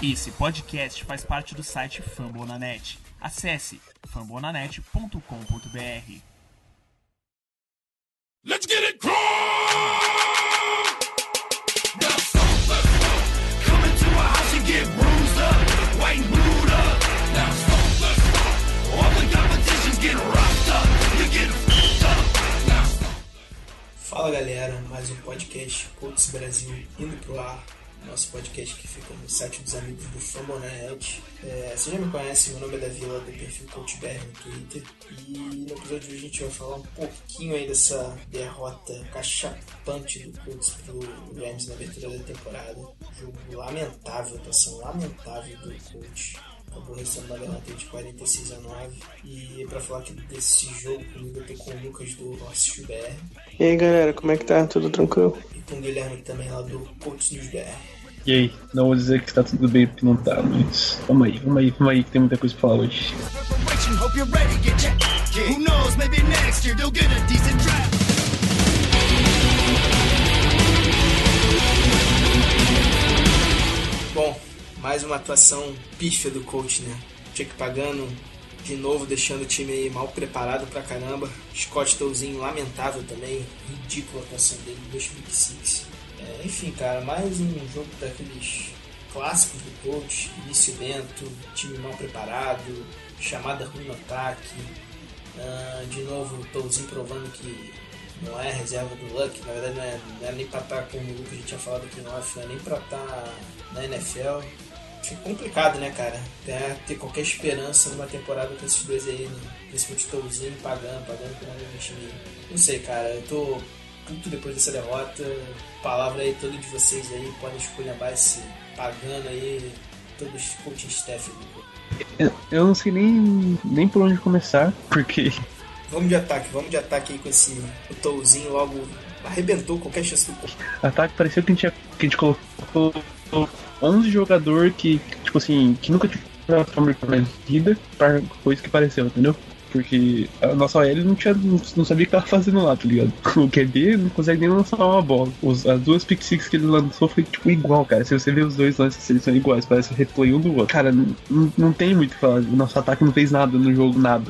Esse podcast faz parte do site Fambonanet. Acesse fambonanet.com.br. Let's get it crunk! Now stomp, let's stomp. Come into a house and get bruised up, white and blued up. Now stomp, let's stomp. All the competitions get rocked up, you get f***ed up. Now stomp. Fala galera, mais um podcast Colts Brasil indo pro ar. Nosso podcast que fica no site dos amigos do Fambonanet. Você já me conhece, meu nome é Davi, lá do perfil CoachBR no Twitter. E no episódio de hoje a gente vai falar um pouquinho aí dessa derrota cachapante do Colts pro Rams na abertura da temporada. Jogo lamentável, atuação lamentável do Colts. Acabou recebendo uma derrota de 46-9. E pra falar aqui desse jogo comigo, eu tô com o Lucas do Ross BR. E aí galera, como é que tá? Tudo tranquilo? E com o Guilherme também lá do Colts News BR. E aí, não vou dizer que tá tudo bem porque não tá, mas vamos aí que tem muita coisa pra falar hoje. Bom, mais uma atuação pífia do coach, né? Chuck Pagano de novo deixando o time aí mal preparado pra caramba. Scott Tolzien lamentável também, ridícula a atuação dele, 2 pick six. Enfim, cara, mais um jogo daqueles clássicos do coach, início lento, time mal preparado, chamada ruim no ataque. De novo o Tolzien provando que não é reserva do Luck, na verdade não é nem pra estar, como o Lucas já tinha falado aqui no off, não é nem pra estar na NFL. Fica complicado, né, cara? Ter qualquer esperança numa temporada com esses dois aí, né? Principalmente Tolzien pagando que não é time. Não sei, cara, eu tô puto depois dessa derrota. Palavra aí, todo de vocês aí podem esculhambar esse Pagano aí, todos os coaching staff. Eu não sei nem por onde começar, porque... Vamos de ataque aí com esse... O Tolzien logo arrebentou qualquer chance do corpo. Ataque pareceu que a gente colocou 11 jogadores que, tipo assim, que nunca tinha na vida para coisa que pareceu, entendeu? Porque a nossa OL não sabia o que tava fazendo lá, tá ligado? O QB não consegue nem lançar uma bola. As duas pick six que ele lançou foi tipo igual, cara. Se você ver os dois lances, eles são iguais, parece o replay um do outro. Cara, não tem muito o que falar. O nosso ataque não fez nada no jogo, nada.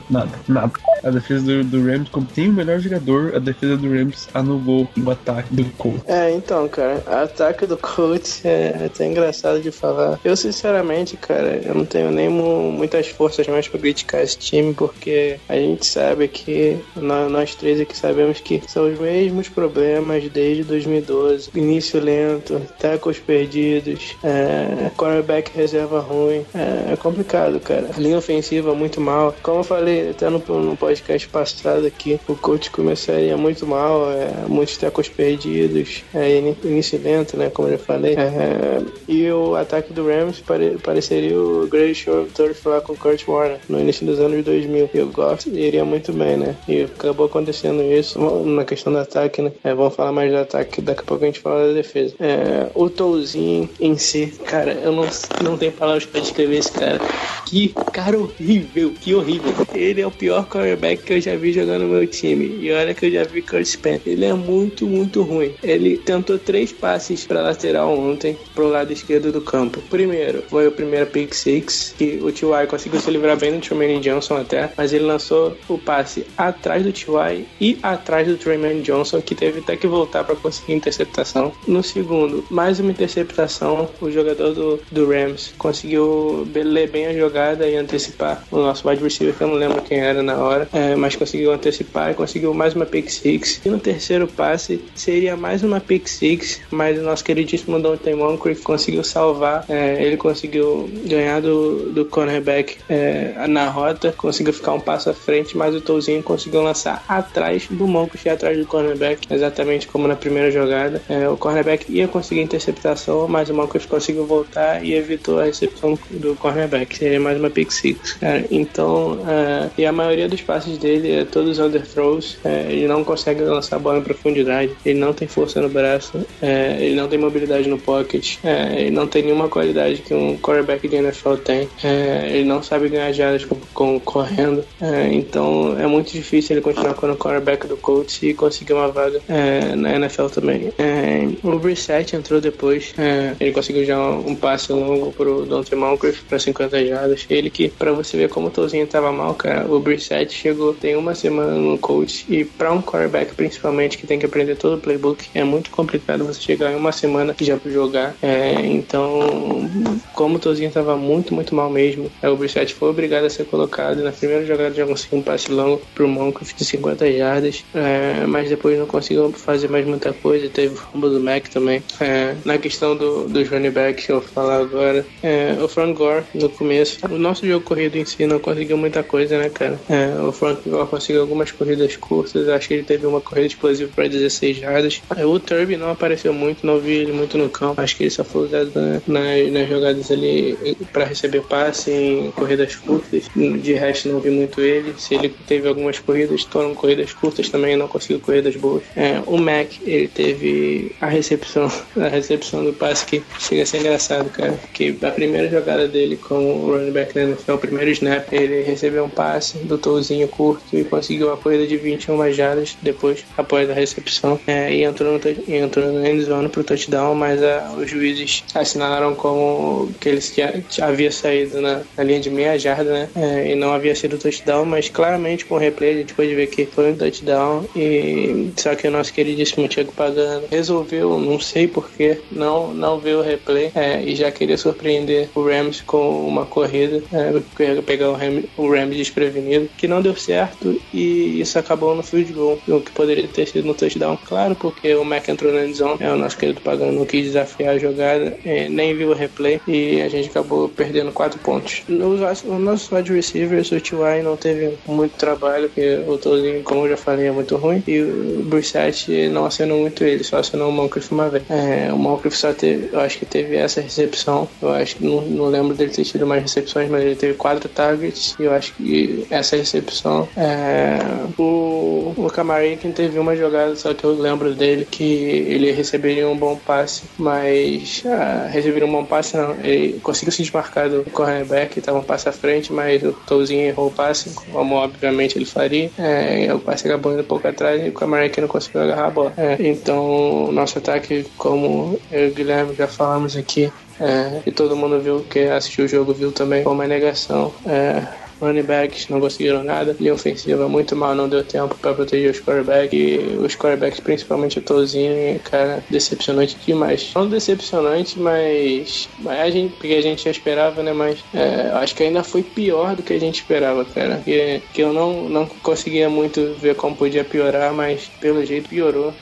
A defesa do Rams, como tem o melhor jogador, a defesa do Rams anulou o ataque do Colts. Então, cara, o ataque do Colts é até engraçado de falar. Eu, sinceramente, cara, eu não tenho nem muitas forças mais pra criticar esse time, porque a gente sabe que nós três aqui sabemos que são os mesmos problemas desde 2012. Início lento, tackles perdidos, quarterback reserva ruim. É complicado, cara. Linha ofensiva muito mal. Como eu falei até no podcast passado aqui, o coach começaria muito mal, muitos tackles perdidos, início lento, né, como eu já falei. E o ataque do Rams pareceria o Great Show lá com o Kurt Warner no início dos anos 2000. Eu gosto, iria muito bem, né? E acabou acontecendo isso na questão do ataque, né? Vamos falar mais do ataque, daqui a pouco a gente fala da defesa. O Tolzien em si, cara, eu não tenho palavras pra descrever esse cara. Que cara horrível, que horrível. Ele é o pior quarterback que eu já vi jogando no meu time. E olha que eu já vi Kurt Span. Ele é muito, muito ruim. Ele tentou 3 passes pra lateral ontem, pro lado esquerdo do campo. Primeiro, foi o primeiro pick six, que o T.Y. conseguiu se livrar bem do Trumaine Johnson até, mas ele lançou o passe atrás do T.Y. e atrás do Trumaine Johnson, que teve até que voltar para conseguir interceptação. No segundo, mais uma interceptação. O jogador do Rams conseguiu ler bem a jogada e antecipar o nosso wide receiver, que eu não lembro quem era na hora, mas conseguiu antecipar e conseguiu mais uma pick six. E no terceiro passe seria mais uma pick six, mas o nosso queridíssimo Dante Moncrief conseguiu salvar. Ele conseguiu ganhar do cornerback na rota, conseguiu ficar um passo à frente, mas o Tolzien conseguiu lançar atrás do Moncrief e atrás do cornerback, exatamente como na primeira jogada. O cornerback ia conseguir interceptação, mas o Moncrief conseguiu voltar e evitou a recepção do cornerback. Seria mais uma pick six. Então, e a maioria dos passes dele é todos underthrows. Ele não consegue lançar a bola em profundidade, ele não tem força no braço, ele não tem mobilidade no pocket, ele não tem nenhuma qualidade que um quarterback de NFL tem. Ele não sabe ganhar jardas correndo. Então é muito difícil ele continuar como quarterback do Colts e conseguir uma vaga na NFL também. O Brissett entrou depois, ele conseguiu já um passe longo pro Dontre Moncrief para 50 jardas. Ele que, pra você ver como o Tozinho tava mal, cara, o Brissett chegou, tem uma semana no Colts, e pra um quarterback principalmente que tem que aprender todo o playbook, é muito complicado você chegar em uma semana já pra jogar. Então, como o Tozinho tava muito, muito mal mesmo, o Brissett foi obrigado a ser colocado. Na primeira jogada já conseguiu um passe longo pro Moncrief de 50 jardas, mas depois não conseguiu fazer mais muita coisa. Teve o fumble do Mac também. Na questão dos running backs que eu vou falar agora, o Frank Gore no começo, o nosso jogo corrido em si não conseguiu muita coisa, né, cara? O Frank Gore conseguiu algumas corridas curtas, acho que ele teve uma corrida explosiva para 16 jardas. O Turby não apareceu muito, não vi ele muito no campo, acho que ele só foi usado nas jogadas ali para receber passe em corridas curtas, de resto não vi muito ele. Se ele teve algumas corridas, foram corridas curtas também, não conseguiu corridas boas. O Mac, ele teve a recepção do passe que chega a ser engraçado, cara, que a primeira jogada dele como running back na NFL, o primeiro snap, ele recebeu um passe do Tozinho curto e conseguiu uma corrida de 21 jardas depois, após a recepção, e entrou no end zone pro touchdown, mas os juízes assinalaram como que ele havia saído na linha de meia jarda, né, e não havia sido touchdown, mas claramente com o replay a gente pode ver que foi um touchdown. E só que o nosso queridíssimo Thiago Pagano resolveu, não sei porquê, não ver o replay, e já queria surpreender o Rams com uma corrida, pegar o Rams desprevenido, que não deu certo, e isso acabou no field goal, o que poderia ter sido no touchdown, claro, porque o Mac entrou na end zone, o nosso querido Pagano não quis desafiar a jogada, nem viu o replay, e a gente acabou perdendo 4 pontos. Os nossos wide receivers, o T.Y. não teve muito trabalho, porque o Tozinho, como eu já falei, é muito ruim, e o Brissett não acionou muito ele, só acionou o Moncrief uma vez. O Moncrief eu acho que teve essa recepção, eu acho que não lembro dele ter tido mais recepções, mas ele teve 4 targets, e eu acho que essa recepção, o Kamarikin teve uma jogada, só que eu lembro dele que ele receberia um bom passe, mas receberia um bom passe não, ele conseguiu se desmarcar do cornerback, estava um passe à frente, mas o Tozinho errou o passe, como obviamente ele faria, o passe acabou indo um pouco atrás e o Kamarikin não conseguiu agarrar a bola. Então, nosso ataque, como eu e o Guilherme já falamos aqui, e todo mundo viu, que assistiu o jogo viu também, foi uma negação. Running backs não conseguiram nada, linha ofensiva muito mal, não deu tempo para proteger os quarterbacks, e os quarterbacks, principalmente o Tozinho, cara, decepcionante demais. Não decepcionante, mas porque a gente já esperava, né, mas acho que ainda foi pior do que a gente esperava, cara, que eu não conseguia muito ver como podia piorar, mas pelo jeito piorou,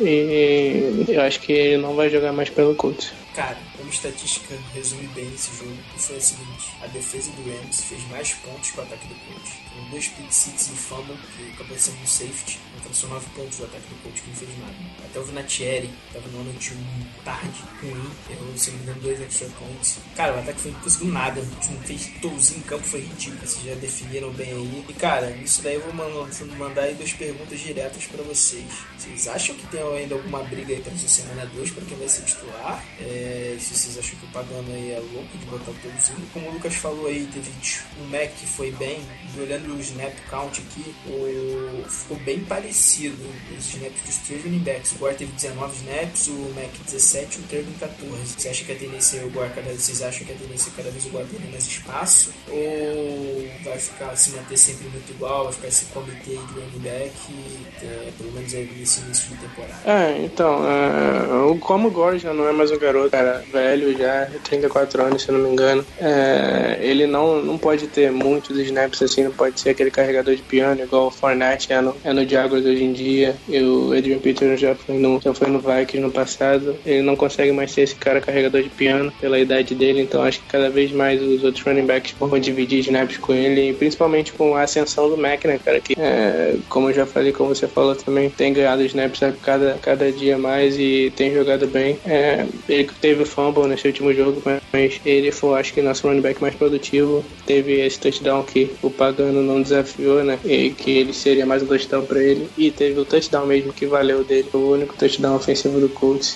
e eu acho que ele não vai jogar mais pelo Colts. Cara, uma estatística resume bem esse jogo, que foi a seguinte: a defesa do Rams fez mais pontos que o ataque do Colts. Foram 2 pick six e fumble, que acabou sendo um safety, então são 9 pontos do ataque do Colts, que não fez nada. Até o Vinatieri tava no ano de tarde, ruim, errou, se não me engano, 2 extra points. Cara, o ataque não conseguiu nada, não fez Tozinho em campo, foi ridículo, vocês já definiram bem aí. E cara, isso daí eu vou mandar aí 2 perguntas diretas pra vocês. Vocês acham que tem ainda alguma briga aí pra essa semana 2 pra quem vai ser titular? Se vocês acham que o Pagano aí é louco de botar o Tozinho, como o Lucas falou aí, teve o Mac que foi bem, olhando o snap count aqui, ficou bem parecido os snaps dos 3 running backs. O Gore teve 19 snaps, o Mac 17 e o Turbin 14. Você acha que a tendência é o Gore vocês acham que a tendência é cada vez o Gore ter mais espaço, ou vai ficar se manter sempre muito igual, vai ficar esse comitê de running back, pelo menos aí nesse início de temporada? Então, como o Gore já não é mais um garoto, cara, velho já, 34 anos, se eu não me engano, ele não pode ter muitos snaps assim, não pode ser aquele carregador de piano igual o Fournette é no Jaguars hoje em dia, e o Adrian Peterson já foi no Vikings no passado. Ele não consegue mais ser esse cara carregador de piano pela idade dele, então acho que cada vez mais os outros running backs vão dividir snaps com ele, e principalmente com a ascensão do Mac, né, cara, que como eu já falei, como você falou também, tem ganhado snaps a cada dia mais e tem jogado bem. Ele teve o fumble nesse último jogo, mas ele foi, acho que, nosso running back mais produtivo. Teve esse touchdown que o Pagano não desafiou, né? E que ele seria mais um touchdown pra ele. E teve o touchdown mesmo que valeu dele, o único touchdown ofensivo do Colts.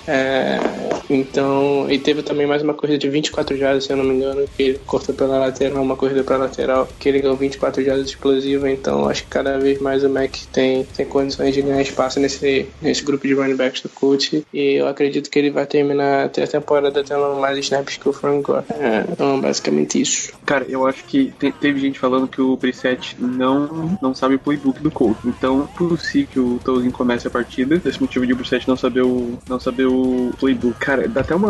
Então, e teve também mais uma corrida de 24 jardas, se eu não me engano, que ele cortou pela lateral, uma corrida pra lateral, que ele ganhou 24 jardas explosivas. Então, acho que cada vez mais o Mac tem condições de ganhar espaço nesse grupo de running backs do Colts. E eu acredito que ele vai terminar até a temporada tendo mais snaps que o Frank Gore. Então, basicamente isso. Cara, eu acho que teve gente falando que o Brissett não sabe o playbook do Colts. Então, por si que o Tolzin comece a partida, desse motivo de o Brissett não saber o playbook. Cara, dá até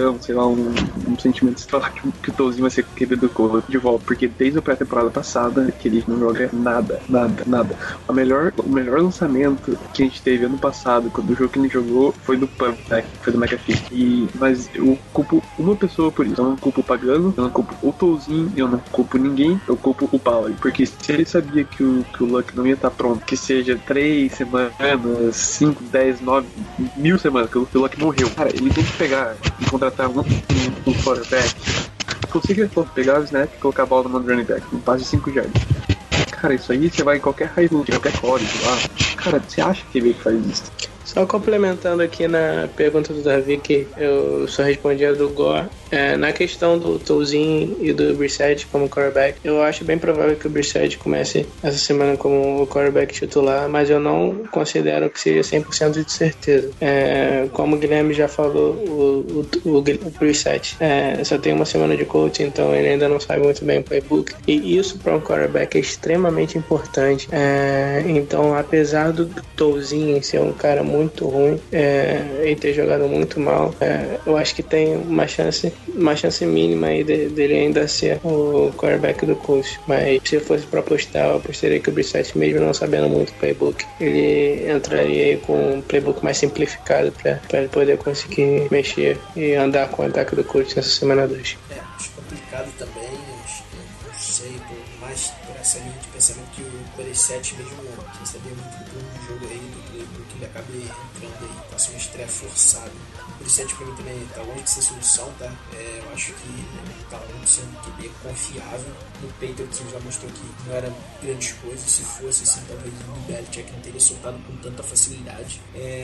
um sentimento de falar que o Tolzin vai ser QB do Colts de volta, porque desde a pré-temporada passada que ele não joga nada. O melhor lançamento que a gente teve ano passado, quando o jogo que ele jogou, foi do Pump, né? Foi do McAfee. Mas eu culpo uma pessoa por isso. Eu não culpo o Pagano, eu não culpo o Tolzin, eu não culpo ninguém, eu culpo o Power. Porque se ele sabia que o Luck não ia estar pronto, que seja 3 semanas, 5, 10, 9, 1000 semanas, que o Luck morreu. Cara, ele tem que pegar e contratar um quarterback, consiga pegar o snap e colocar a bola no mão do running back, um passe de 5 jardas. Cara, isso aí você vai em qualquer high school, qualquer college lá. Cara, você acha que ele faz isso? Só complementando aqui na pergunta do Davi, que eu só respondi a do Gore. Na questão do Tolzin e do Brissett como quarterback, eu acho bem provável que o Brissett comece essa semana como o quarterback titular, mas eu não considero que seja 100% de certeza. Como o Guilherme já falou, o Brissett só tem uma semana de coaching, então ele ainda não sabe muito bem o playbook, e isso para um quarterback é extremamente importante. Então, apesar do Tolzin ser um cara muito ruim e ter jogado muito mal, eu acho que tem uma chance mínima aí dele ainda ser o quarterback do Colts. Mas se eu fosse para apostar, eu apostaria que o Brissett, mesmo não sabendo muito o playbook, ele entraria aí com um playbook mais simplificado para ele poder conseguir mexer e andar com o ataque do Colts nessa semana 2. Acho complicado também, acho que não sei, mais por essa linha de pensamento que o Brissett mesmo sem saber muito do jogo aí, do playbook, ele acaba entrando aí, passa uma estreia forçada. O Brissett pra mim também tá longe de ser solução, tá? Eu acho que ele tá longe de ser um QB confiável. No Patriots ele já mostrou que não era grandes coisas, se fosse assim, talvez o Belichick não teria soltado com tanta facilidade.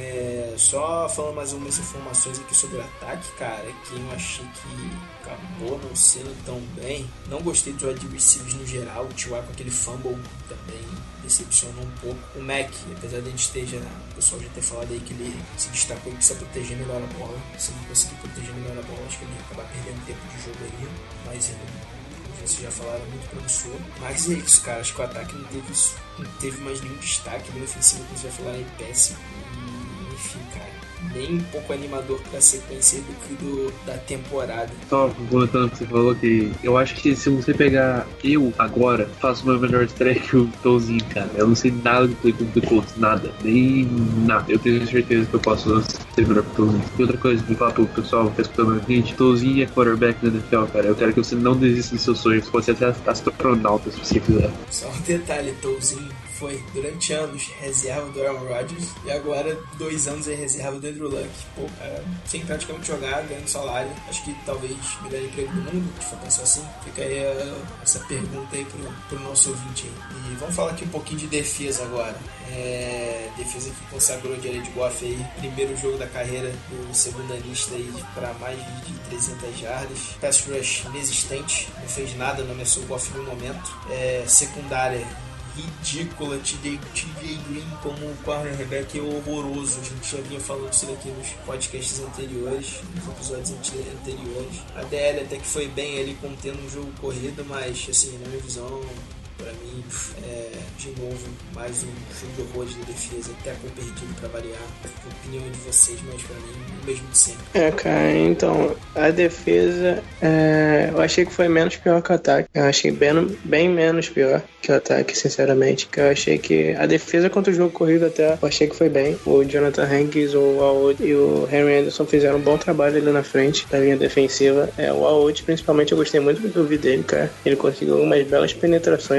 Só falando mais algumas informações aqui sobre o ataque, cara, que eu achei que acabou não sendo tão bem. Não gostei dos wide receivers no geral, o T.Y. com aquele fumble também decepcionou um pouco. O Mac, apesar de a gente o pessoal já ter falado aí que ele se destacou e precisa proteger melhor a bola. Se ele conseguir proteger melhor a bola, acho que ele ia acabar perdendo tempo de jogo aí, mas como vocês já falaram, muito promissor. Mas é isso, cara, acho que o ataque não teve mais nenhum destaque, bem ofensivo, como vocês já falaram, é péssimo. E, enfim, cara, nem um pouco animador pra sequência da temporada. Só comentando o que você falou, que eu acho que se você pegar eu agora, faço uma melhor estreia que o Tolzin, cara. Eu não sei nada do playbook do Colts, nada, nem nada. Eu tenho certeza que eu posso ser melhor que o Tolzin. E outra coisa, me fala pro pessoal que tá escutando a gente, Tolzin é quarterback da NFL, cara. Eu quero que você não desista dos seus sonhos, você pode ser até astronauta se você quiser. Só um detalhe, Tolzin foi durante anos reserva do Aaron Rodgers e agora 2 anos é reserva do Andrew Luck. Pô, cara, sem praticamente jogar, ganhando salário. Acho que talvez o melhor emprego do mundo, se for pensar assim. Fica aí essa pergunta aí pro nosso ouvinte aí. E vamos falar aqui um pouquinho de defesa agora. Defesa que consagrou o Jared Goff aí, primeiro jogo da carreira do segundo anista aí para mais de 300 jardas. Pass rush inexistente, não fez nada, não ameaçou o Goff no momento. Secundária ridícula, TJ Green como cornerback é horroroso. A gente já vinha falando isso aqui nos podcasts anteriores, nos episódios anteriores. A DL até que foi bem ali contendo um jogo corrido, mas assim, na minha visão, pra mim, de novo, mais um jogo de horrores da defesa, até com perdido pra variar. A opinião de vocês, mas pra mim, o mesmo de sempre. Cara, então, a defesa, eu achei que foi menos pior que o ataque. Eu achei bem menos pior que o ataque, sinceramente. Que eu achei que a defesa contra o jogo corrido até, eu achei que foi bem. O Jonathan Hankins, o Aoud e o Henry Anderson fizeram um bom trabalho ali na frente da linha defensiva. O Aoud, principalmente, eu gostei muito do que eu vi dele, cara. Ele conseguiu umas belas penetrações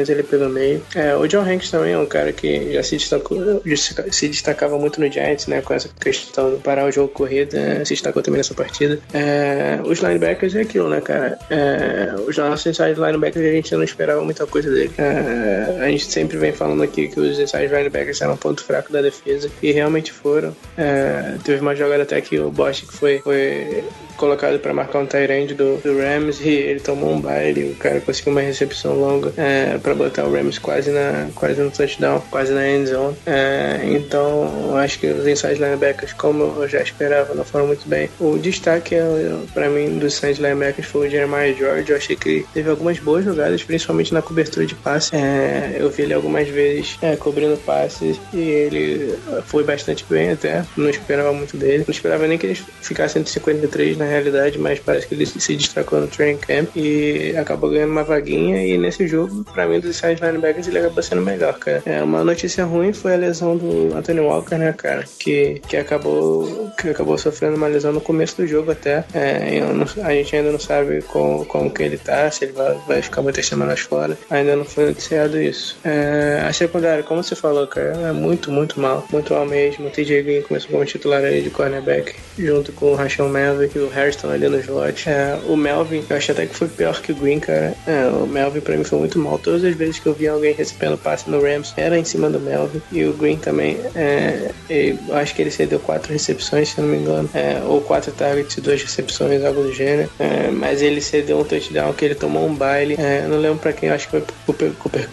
opções ali pelo meio. O John Hanks também é um cara que já se destacava muito no Giants, né, com essa questão de parar o jogo corrido, se destacou também nessa partida. Os linebackers é aquilo, né, cara? Os nossos inside linebackers a gente não esperava muita coisa dele. A gente sempre vem falando aqui que os inside linebackers eram um ponto fraco da defesa, e realmente foram. Teve uma jogada até que o Bosch foi colocado para marcar um tight end do Rams, e ele tomou um baile, o cara conseguiu uma recepção longa para botar o Rams quase no touchdown, quase na end zone. Então acho que os inside linebackers, como eu já esperava, não foram muito bem. O destaque para mim dos inside linebackers foi o Jeremiah George. Eu achei que ele teve algumas boas jogadas, principalmente na cobertura de passe. Eu vi ele algumas vezes cobrindo passes, e ele foi bastante bem até, não esperava muito dele, não esperava nem que ele ficasse 153 na realidade, mas parece que ele se destacou no training camp e acabou ganhando uma vaguinha, e nesse jogo, pra mim, dos inside linebackers, ele acabou sendo melhor, cara. Uma notícia ruim foi a lesão do Anthony Walker, né, cara, que acabou sofrendo uma lesão no começo do jogo até. A gente ainda não sabe como que ele tá, se ele vai ficar muitas semanas fora, ainda não foi noticiado isso. A secundária, como você falou, cara, é muito mal mesmo. O TJ Green começou como titular aí de cornerback, junto com o Rashawn Melvin e o Hairston ali no slot. O Melvin, eu achei até que foi pior que o Green, cara. O Melvin pra mim foi muito mal. Todas as vezes que eu vi alguém recebendo passe no Rams, era em cima do Melvin. E o Green também, eu acho que ele cedeu 4 recepções, se eu não me engano, ou 4 targets e 2 recepções, algo do gênero. Mas ele cedeu um touchdown que ele tomou um baile. Não lembro pra quem, acho que foi Cooper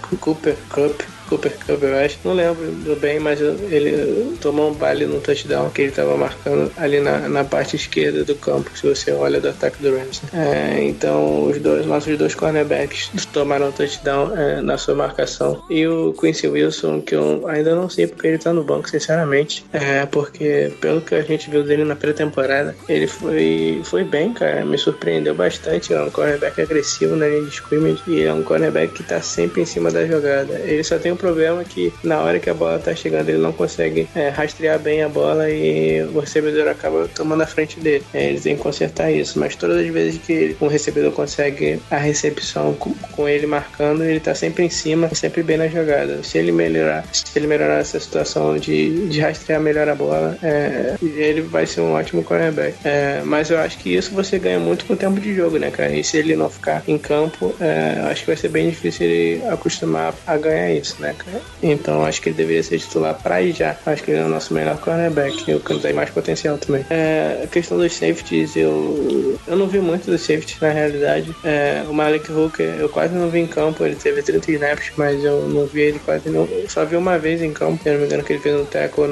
Kupp, eu acho. Não lembro bem, mas ele tomou um baile no touchdown que ele estava marcando ali na parte esquerda do campo, se você olha do ataque do Rams. Então, nossos dois cornerbacks tomaram touchdown na sua marcação. E o Quincy Wilson, que eu ainda não sei porque ele tá no banco, sinceramente. Porque, pelo que a gente viu dele na pré-temporada, ele foi bem, cara. Me surpreendeu bastante. É um cornerback agressivo na linha de scrimmage, e é um cornerback que tá sempre em cima da jogada. Ele só tem um problema que na hora que a bola tá chegando, ele não consegue rastrear bem a bola, e o recebedor acaba tomando a frente dele. Ele tem que consertar isso, mas todas as vezes que um recebedor consegue a recepção com ele marcando, ele tá sempre em cima, sempre bem na jogada. Se ele melhorar essa situação de rastrear melhor a bola, ele vai ser um ótimo cornerback. Mas eu acho que isso você ganha muito com o tempo de jogo, né, cara? E se ele não ficar em campo, acho que vai ser bem difícil ele acostumar a ganhar isso, né? Então acho que ele deveria ser titular pra ir já. Acho que ele é o nosso melhor cornerback, o que tem mais potencial também. A questão dos safeties, eu não vi muito dos safeties na realidade. O Malik Hooker eu quase não vi em campo, ele teve 30 snaps, mas eu não vi ele quase não. Só vi uma vez em campo, se eu não me engano, que ele fez um tackle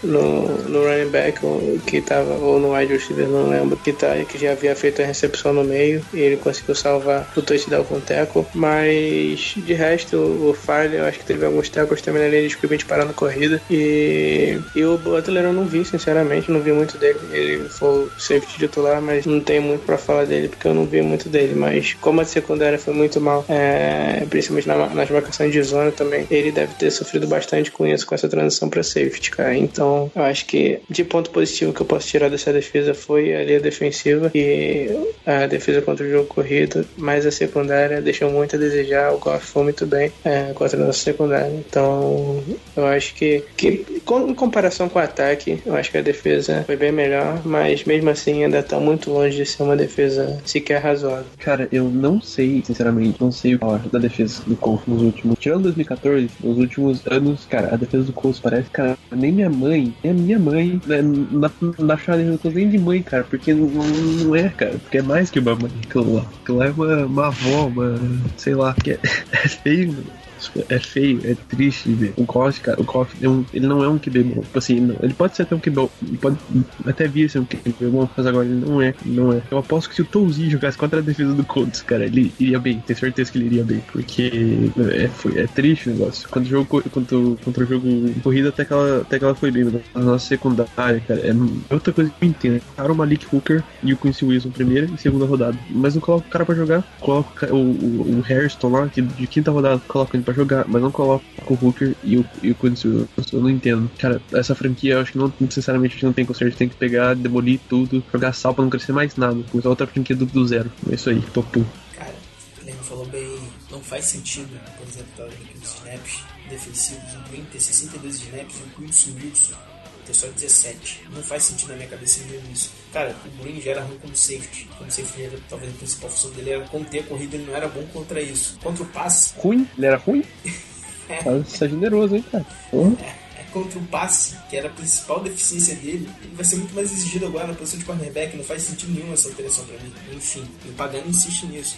no running back, que tava, ou no wide receiver, não lembro, que já havia feito a recepção no meio, e ele conseguiu salvar o touchdown com o tackle. Mas de resto, o Farley, eu acho que teve alguns tackles também na linha de scrimmage parando a corrida, e o Butler eu não vi, sinceramente, não vi muito dele. Ele foi o safety titular, mas não tenho muito pra falar dele porque eu não vi muito dele. Mas como a secundária foi muito mal, principalmente nas marcações de zona também, ele deve ter sofrido bastante com isso, com essa transição pra safety, cara. Então eu acho que de ponto positivo que eu posso tirar dessa defesa foi a linha defensiva e a defesa contra o jogo corrido, mas a secundária deixou muito a desejar. O Goff foi muito bem contra a nossa secundária. Então eu acho que em comparação com o ataque, eu acho que a defesa foi bem melhor, mas mesmo assim ainda tá muito longe de ser uma defesa sequer razoável. Cara, eu não sei, sinceramente, não sei o que falar da defesa do Colts nos últimos, tirando 2014, nos últimos anos, cara, a defesa do Colts parece, cara, nem minha mãe, né, na chamada de nem de mãe, cara, porque não é, cara, porque é mais que uma mãe, aquilo lá é uma avó, sei lá, que é feio, mano. É feio, é triste ver. O Goff, cara, ele não é um QB bom. Tipo assim, ele pode ser até um QB bom, ele pode até vir ser um QB bom, mas agora ele não é. Eu aposto que se o Touzi jogasse contra a defesa do Colts, cara, ele iria bem. Tenho certeza que ele iria bem, porque é triste o negócio. Contra o jogo corrida, até que ela foi bem, mas a nossa secundária, cara, é outra coisa que eu entendo. Cara, o Malik Hooker e o Quincy Wilson primeira e segunda rodada, mas não coloca o cara pra jogar, coloca o Hairston lá, que de quinta rodada coloca ele pra jogar, mas não coloca o Hooker e o Quincy Wilson. Eu não entendo. Cara, essa franquia eu acho que não, sinceramente, a gente não tem conserto. Tem que pegar, demolir tudo, jogar sal pra não crescer mais nada. Começar outra franquia do zero. É isso aí, topo. Cara, falou bem, não faz sentido, por exemplo, os snaps defensivos, o Green ter 62 snaps e o Quincy Wilson ter só 17. Não faz sentido na minha cabeça isso. Cara, o Green já era ruim como safety. Como safety, talvez a principal função dele era conter a corrida, ele não era bom contra isso. Contra o passe... Ruim? Ele era ruim? Você é generoso, hein, cara? Contra o passe, que era a principal deficiência dele, ele vai ser muito mais exigido agora na posição de cornerback. Não faz sentido nenhum essa alteração pra mim. Enfim, o Pagano insiste nisso.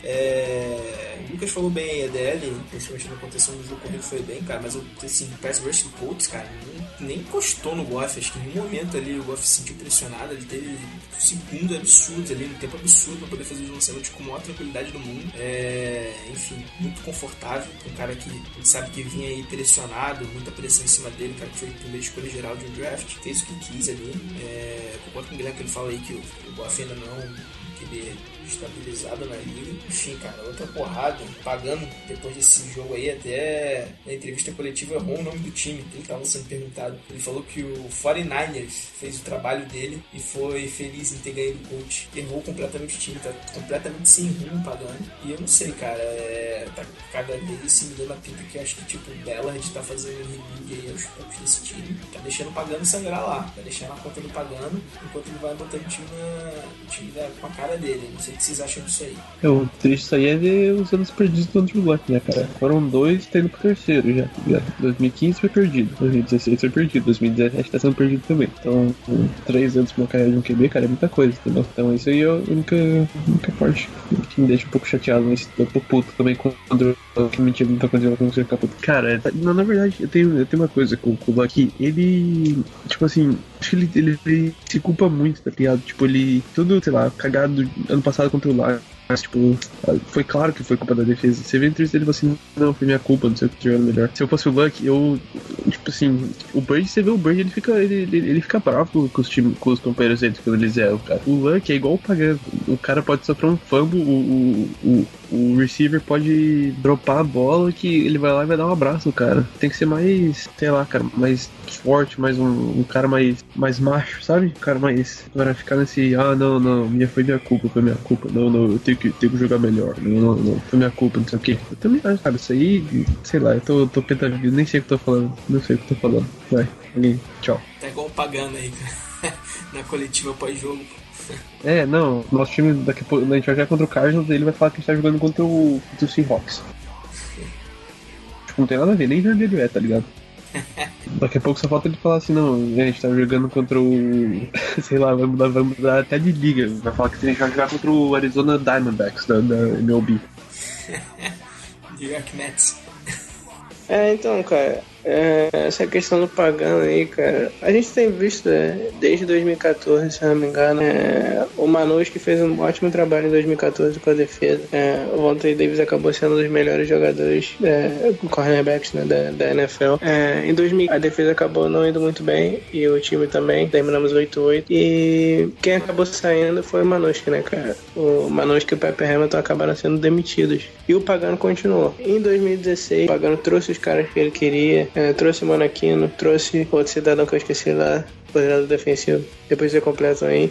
O Lucas falou bem, a DL, principalmente na contenção do jogo corrido, foi bem, cara, mas assim, o pass rush do Colts, cara, nem encostou no Goff. Acho que em nenhum momento ali o Goff se sentiu pressionado. Ele teve segundos absurdos ali, no tempo absurdo pra poder fazer os lançamentos com a maior tranquilidade do mundo. Enfim, muito confortável. Um cara que a gente sabe que vinha aí pressionado, muita pressão em cima dele, cara, que foi a primeira escolha geral de um draft, fez o que quis ali. Concordo com o Guilherme que ele fala aí que o Goff ainda não querer estabilizado na liga. Enfim, cara, outra porrada. Pagando depois desse jogo aí, até na entrevista coletiva errou o nome do time que ele estava sendo perguntado. Ele falou que o 49ers fez o trabalho dele e foi feliz em ter ganho do coach. Errou completamente o time, tá completamente sem rumo Pagando. E eu não sei, cara, tá cada vez se me dando a pinta que eu acho que tipo o Bellard tá fazendo um rebuild aí aos poucos desse time. Tá deixando o Pagano sangrar lá, tá deixando a conta do Pagano enquanto ele vai botando o time com a cara dele. Não sei o que vocês acham disso aí. O triste disso aí é ver os anos perdidos do Andrew Luck, né, cara? Foram 2, tá indo pro terceiro já. 2015 foi perdido, 2016 foi perdido, 2017 tá sendo perdido também. Então, 3 anos pra uma carreira de um QB, cara, é muita coisa, entendeu? Então isso aí é a única parte que me deixa um pouco chateado, mas eu tô puto também quando que mentira muita coisa ela consegue ficar puto. Cara, na verdade, eu tenho uma coisa com o Luck, ele, tipo assim, acho que ele se culpa muito, tá ligado? Tipo, ele, tudo, sei lá, cagado ano passado contra o Lions, mas, tipo, foi claro que foi culpa da defesa. Você vê entre ele assim, não, foi minha culpa, não sei o que tiver melhor. Se eu fosse o Luck, eu, tipo assim, o Bird, você vê o Bird, ele fica bravo com os companheiros dele quando eles erram, cara. O Luck é igual o Pagano. O cara pode sofrer um fumble, o receiver pode dropar a bola que ele vai lá e vai dar um abraço no cara. Tem que ser mais, sei lá, cara, mais forte, mais um cara mais macho, sabe? Um cara mais... Agora ficar nesse, não, foi minha culpa, não, eu tenho que jogar melhor, não, foi minha culpa, não sei o que. Eu também acho, cara, isso aí, sei lá, eu tô pentavido, nem sei o que eu tô falando, não sei o que eu tô falando. Vai, ali, tchau. Tá igual Pagano aí, cara, na coletiva pós-jogo. Não, nosso time daqui a pouco, a gente vai jogar contra o Cardinals, ele vai falar que a gente tá jogando contra o Seahawks. Tipo, não tem nada a ver, nem vermelho tá ligado? Daqui a pouco só falta ele falar assim, não, a gente tá jogando contra o... sei lá, vai mudar até de liga. Vai falar que a gente vai jogar contra o Arizona Diamondbacks da MLB. New York Mets. Então, cara, essa questão do Pagano aí, cara, a gente tem visto desde 2014, se não me engano, o Manus que fez um ótimo trabalho em 2014 com a defesa. O Vontae Davis acabou sendo um dos melhores jogadores cornerbacks, né, da NFL. Em 2000 a defesa acabou não indo muito bem e o time também, terminamos 8-8, e quem acabou saindo foi o Manusk, né, cara? O Manusk e o Pepper Hamilton acabaram sendo demitidos e o Pagano continuou. Em 2016 o Pagano trouxe os caras que ele queria, trouxe o Monaquino, trouxe outro cidadão que eu esqueci lá, coordenador defensivo, depois você completa aí.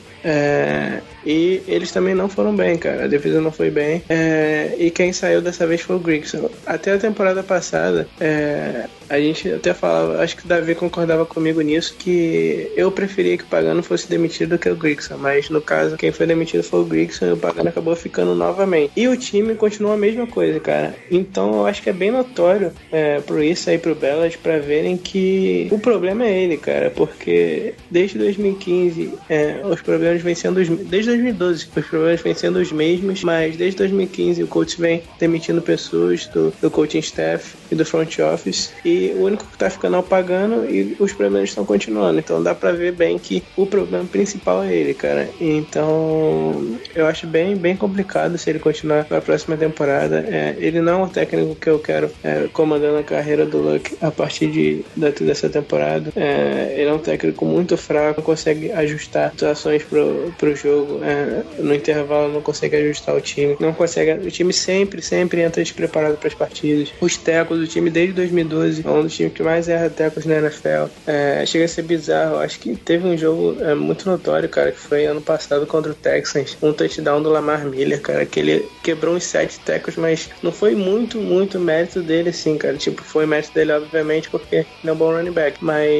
E eles também não foram bem, cara. A defesa não foi bem. E quem saiu dessa vez foi o Grigson. Até a temporada passada, a gente até falava, acho que o Davi concordava comigo nisso, que eu preferia que o Pagano fosse demitido do que o Grigson. Mas no caso, quem foi demitido foi o Grigson e o Pagano acabou ficando novamente. E o time continuou a mesma coisa, cara. Então eu acho que é bem notório pro isso aí, pro Bellard, pra verem que o problema é ele, cara. Porque desde 2015 os problemas vêm sendo os mesmos. Desde 2012 os problemas vêm sendo os mesmos, mas desde 2015 o coach vem demitindo pessoas do coaching staff e do front office, e o único que tá ficando é o Pagano e os problemas estão continuando. Então dá pra ver bem que o problema principal é ele, cara. Então eu acho bem complicado se ele continuar pra próxima temporada. Ele não é um técnico que eu quero comandando a carreira do Luck a partir dessa temporada. Ele é um técnico muito muito fraco, não consegue ajustar situações pro jogo, no intervalo não consegue ajustar o time, o time sempre entra despreparado para as partidas. Os tecos, o time desde 2012 é um dos times que mais erra tecos na NFL. Chega a ser bizarro. Acho que teve um jogo muito notório, cara, que foi ano passado contra o Texans, um touchdown do Lamar Miller, cara, que ele quebrou uns 7 tecos, mas não foi muito mérito dele, assim, cara. Tipo, foi mérito dele, obviamente, porque ele é um bom running back,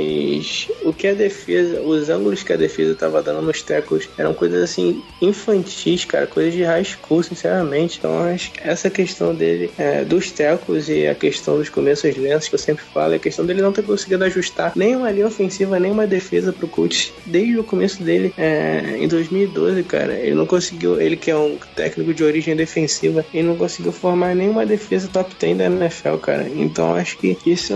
mas o que a defesa, os ângulos que a defesa tava dando nos tecos eram coisas, assim, infantis, cara, coisas de high school, sinceramente. Então, acho que essa questão dele, dos tecos e a questão dos começos lentos, que eu sempre falo, é a questão dele não ter conseguido ajustar nem uma linha ofensiva, nem uma defesa pro Colts desde o começo dele, em 2012, cara. Ele não conseguiu, ele que é um técnico de origem defensiva, ele não conseguiu formar nenhuma defesa top 10 da NFL, cara. Então, acho que isso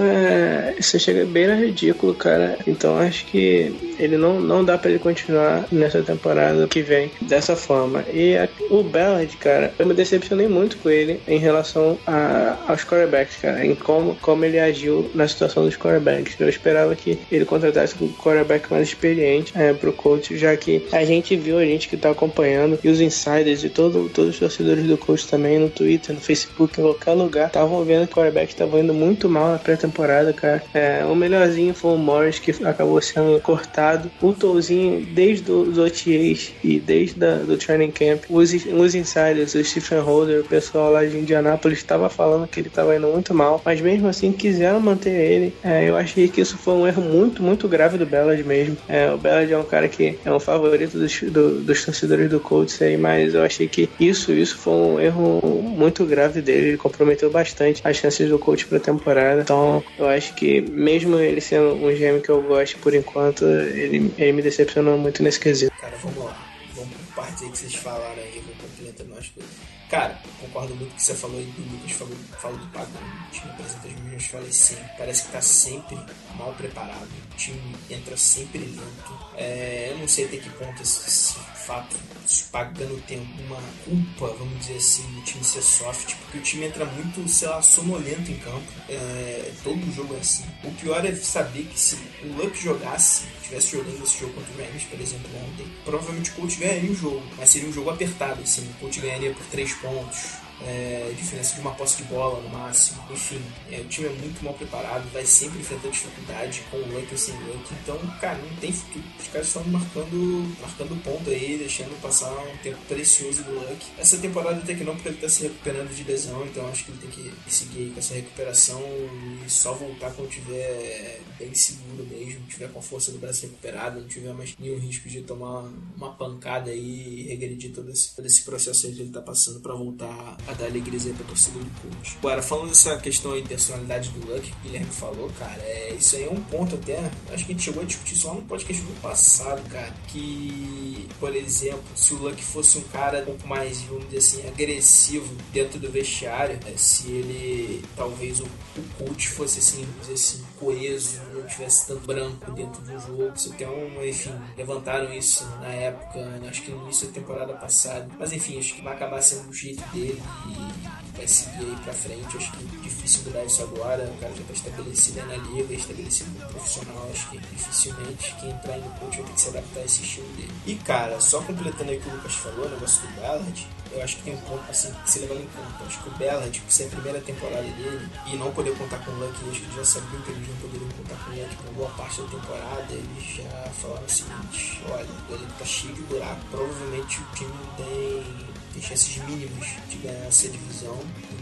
chega bem a ridículo, cara. Então, acho que ele não dá pra ele continuar nessa temporada que vem dessa forma. E o Ballard, cara, eu me decepcionei muito com ele em relação aos quarterbacks, cara, em como ele agiu na situação dos quarterbacks. Eu esperava que ele contratasse um quarterback mais experiente pro coach, já que a gente que tá acompanhando, e os insiders e todos os torcedores do coach também no Twitter, no Facebook, em qualquer lugar, estavam vendo que o quarterback estava indo muito mal na pré-temporada, cara. O melhorzinho foi o Morris, que acabou sendo cortado. O Tolzinho, desde os OTAs e desde do training camp, os insiders, o Stephen Holder, o pessoal lá de Indianápolis, estava falando que ele estava indo muito mal, mas mesmo assim quiseram manter ele. Eu achei que isso foi um erro muito grave do Ballard mesmo. O Ballard é um cara que é um favorito dos torcedores do Colts aí, mas eu achei que isso foi um erro muito grave dele. Ele comprometeu bastante as chances do Colts pra temporada. Então eu acho que mesmo ele sendo um GM que eu gosto por enquanto, ele me decepcionou muito nesse quesito. Cara, vamos lá. Vamos por partes aí que vocês falaram aí, vou complementando as coisas. Cara, concordo muito com o que você falou aí, do Lucas falou do Pagano. O time apresenta as mesmas falhas sempre. Parece que tá sempre mal preparado. O time entra sempre lento. Eu não sei até que ponto esse fato, Pagano tem alguma culpa, vamos dizer assim, do time ser soft, porque o time entra muito, sei lá, sonolento em campo. Todo jogo é assim. O pior é saber que se o Luck estivesse jogando esse jogo contra o Rams, por exemplo, ontem, provavelmente o Colts ganharia o jogo, mas seria um jogo apertado, assim. O Colts ganharia por 3 pontos. Diferença de uma posse de bola no máximo. Enfim, o time é muito mal preparado, vai sempre enfrentar dificuldade com o Luck ou sem Luck. Então, cara, não tem futuro. Os caras estão marcando ponto aí, deixando passar um tempo precioso do Luck. Essa temporada até que não, porque ele tá se recuperando de lesão, então acho que ele tem que seguir com essa recuperação e só voltar quando tiver bem seguro mesmo, tiver com a força do braço recuperado, não tiver mais nenhum risco de tomar uma pancada aí e regredir todo esse processo aí que ele tá passando pra voltar a dar alegria aí pra torcida do Colts. Agora, falando dessa questão aí de personalidade do Luck, que o Guilherme falou, cara, isso aí é um ponto até, acho que a gente chegou a discutir só no podcast do passado, cara, que, por exemplo, se o Luck fosse um cara um pouco mais, vamos dizer assim, agressivo dentro do vestiário, se ele, talvez o Colts fosse assim, vamos dizer assim, coeso, não tivesse tanto branco dentro do jogo, enfim, levantaram isso na época, acho que no início da temporada passada, mas enfim, acho que vai acabar sendo o jeito dele e vai seguir aí pra frente. Acho que é difícil mudar isso agora, o cara já tá estabelecido aí na liga, estabelecido como profissional, acho que dificilmente quem entrar no coach vai ter que se adaptar a esse estilo dele. E cara, só completando aí o que o Lucas falou, o negócio do Ballard, eu acho que tem um ponto assim que se levando em conta. Acho que o Ballard, por ser a primeira temporada dele e não poder contar com o Luck, acho que eles já sabiam que eles não poderiam contar com o Luck por boa parte da temporada. Eles já falaram o seguinte: olha, ele tá cheio de buraco, provavelmente o time não tem chances mínimas de ganhar essa divisão em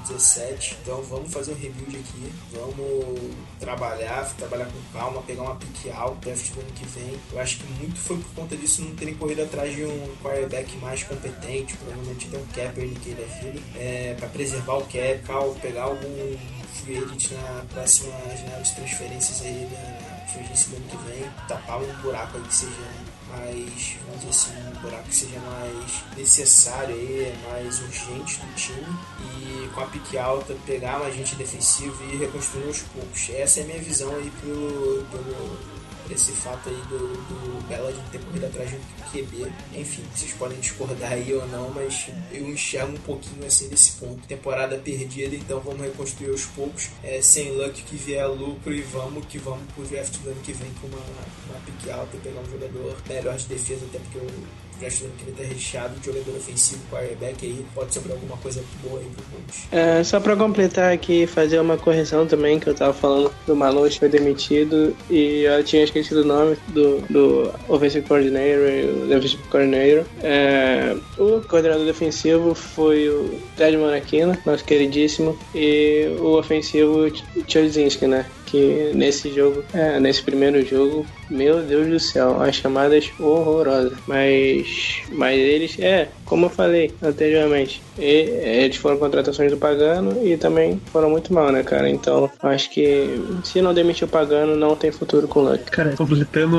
2017, então vamos fazer um rebuild aqui, vamos trabalhar com calma, pegar uma pique alta draft do ano que vem. Eu acho que muito foi por conta disso não terem corrido atrás de um quarterback mais competente, provavelmente até um Kaepernick no que da vida, para preservar o cap, pegar algum free agent na próxima janela de transferências aí da free agency do ano que vem, tapar um buraco aí que seja mais, vamos dizer assim, um buraco que seja mais necessário aí, mais urgente do time, e com a pique alta pegar mais gente defensiva e reconstruir aos poucos. Essa é a minha visão aí esse fato aí do Ballard ter corrido atrás de um QB. Enfim, vocês podem discordar aí ou não, mas eu enxergo um pouquinho assim desse ponto. Temporada perdida, então vamos reconstruir aos poucos. Sem luck que vier lucro e vamos pro draft do ano que vem com uma pique alta e pegar um jogador melhor de defesa, até porque o draft do ano que vem tá recheado de jogador ofensivo, quarterback aí, pode sobrar alguma coisa boa aí pro Colts. Só pra completar aqui, fazer uma correção também, que eu tava falando do Malone que foi demitido e eu tinha esquecido o nome do offensive coordinator e o defensive coordinator. O coordenador defensivo foi o Ted Monachina, nosso queridíssimo, e o ofensivo Tchozinski, né? Que nesse primeiro jogo, meu Deus do céu, as chamadas horrorosas. Mas eles, como eu falei anteriormente, eles foram contratações do Pagano e também foram muito mal, né, cara? Então, acho que se não demitir o Pagano, não tem futuro com o Luck. Cara, completando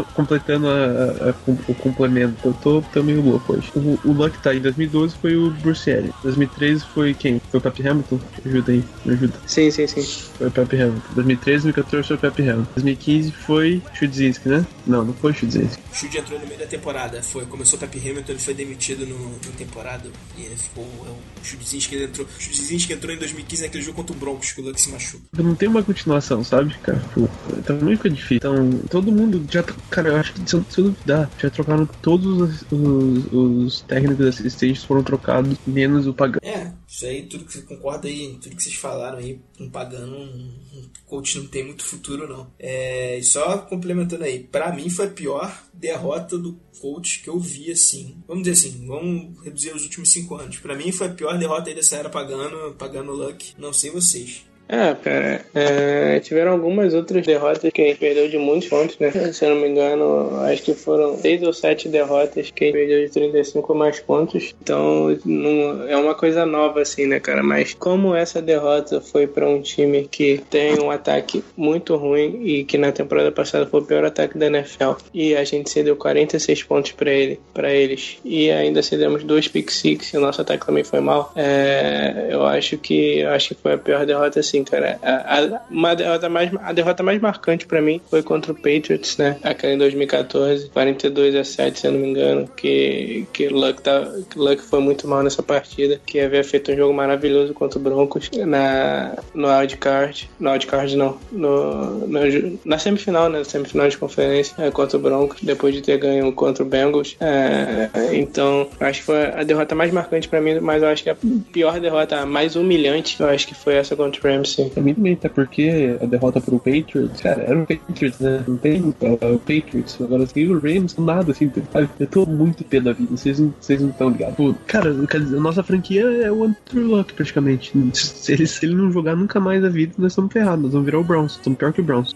o complemento, eu tô meio louco hoje. O Luck tá em 2012 foi o Brucielli. 2013 foi quem? Foi o Pep Hamilton? Me ajuda. Sim. Foi o Pep Hamilton. 2013, 2014 foi o Pep Hamilton. 2015 foi Chudzinski, né? Não foi Chudzinski. O Chud entrou no meio da temporada. Começou o Pep Hamilton, ele foi demitido na temporada. E ele ficou. O Chudzinski entrou. O Chudzinski entrou em 2015 naquele jogo contra o Broncos, que o Luck se machuca. Não tem uma continuação, sabe, cara? Também fica difícil. Então, todo mundo já. Cara, eu acho que se eu duvidar, já trocaram todos os técnicos assistentes, foram trocados, menos o Pagano. Isso aí, tudo que você concorda aí, tudo que vocês falaram aí, um Pagano, um coach não tem muito futuro, não. E só complementando aí, pra mim foi a pior derrota do coach que eu vi, assim. Vamos dizer assim, vamos reduzir os últimos 5 anos. Pra mim foi a pior derrota aí dessa era Pagano Luck. Não sei vocês. Cara, tiveram algumas outras derrotas que a gente perdeu de muitos pontos, né? Se eu não me engano, acho que foram 6 ou 7 derrotas que a gente perdeu de 35 ou mais pontos. Então, não, é uma coisa nova, assim, né, cara? Mas como essa derrota foi para um time que tem um ataque muito ruim e que na temporada passada foi o pior ataque da NFL e a gente cedeu 46 pontos para eles e ainda cedemos 2 pick six e o nosso ataque também foi mal, eu acho que foi a pior derrota, assim, cara. A derrota mais marcante pra mim foi contra o Patriots, né? Aquela em 2014, 42-7, se eu não me engano, que Luck foi muito mal nessa partida, que havia feito um jogo maravilhoso contra o Broncos no wildcard. No wildcard não. Na semifinal, né? Semifinal de conferência contra o Broncos, depois de ter ganho contra o Bengals. Então, acho que foi a derrota mais marcante pra mim, mas eu acho que a pior derrota, a mais humilhante, eu acho que foi essa contra o Rams, sim. Pra mim também, até porque a derrota pro Patriots, cara, era o Patriots, né? Não tem o Patriots. Agora, assim, o Rams, do nada, assim, sabe? Eu tô muito pé da vida, vocês não estão ligados. Pô, cara, a nossa franquia é o Andrew Luck, praticamente. Se ele não jogar nunca mais a vida, nós estamos ferrados, nós vamos virar o Browns, estamos pior que o Browns.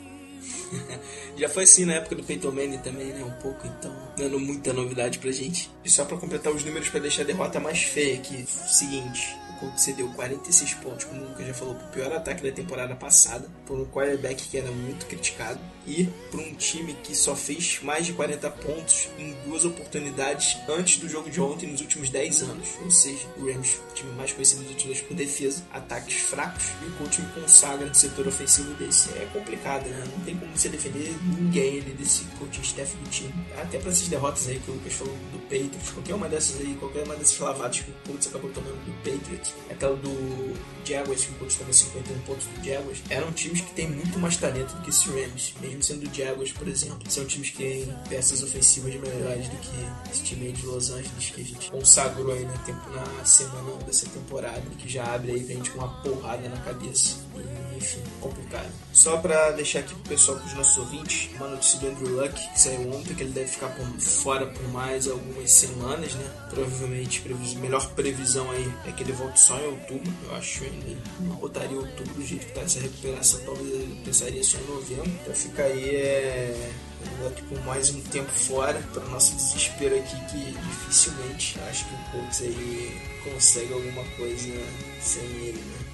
Já foi assim na época do Peyton Manning também, né? Um pouco, então, dando muita novidade pra gente. E só pra completar os números pra deixar a derrota mais feia aqui, seguinte: o Colts cedeu 46 pontos, como o Lucas já falou, pro pior ataque da temporada passada, por um quarterback que era muito criticado, e por um time que só fez mais de 40 pontos em 2 oportunidades antes do jogo de ontem nos últimos 10 anos. Ou seja, o Rams, o time mais conhecido nos últimos anos por defesa, ataques fracos, e o Colts consagra no setor ofensivo desse. É complicado, né? Não tem como você defender ninguém ali desse coaching staff do time. Até pra essas derrotas aí que o Lucas falou do Patriots, qualquer uma dessas lavadas que o Colts acabou tomando do Patriots, aquela do Jaguars, que o Colts tomou 51 pontos do Jaguars, eram times que têm muito mais talento do que esse Rams, mesmo sendo do Jaguars, por exemplo. São times que têm peças ofensivas melhores do que esse time aí de Los Angeles, que a gente consagrou aí na semana dessa temporada, que já abre aí pra gente com uma porrada na cabeça. E, enfim, complicado. Só pra deixar aqui pro pessoal, pros nossos ouvintes, uma notícia do Andrew Luck, que saiu ontem, que ele deve ficar fora por mais algumas semanas, né? Provavelmente, melhor previsão aí é que ele volte só em outubro. Eu acho ainda ele não botaria outubro do jeito que tá essa recuperação, talvez ele pensaria só em novembro. Então fica aí Luck por mais um tempo fora, para nosso desespero aqui, que dificilmente acho que o Colts aí consegue alguma coisa sem ele, né?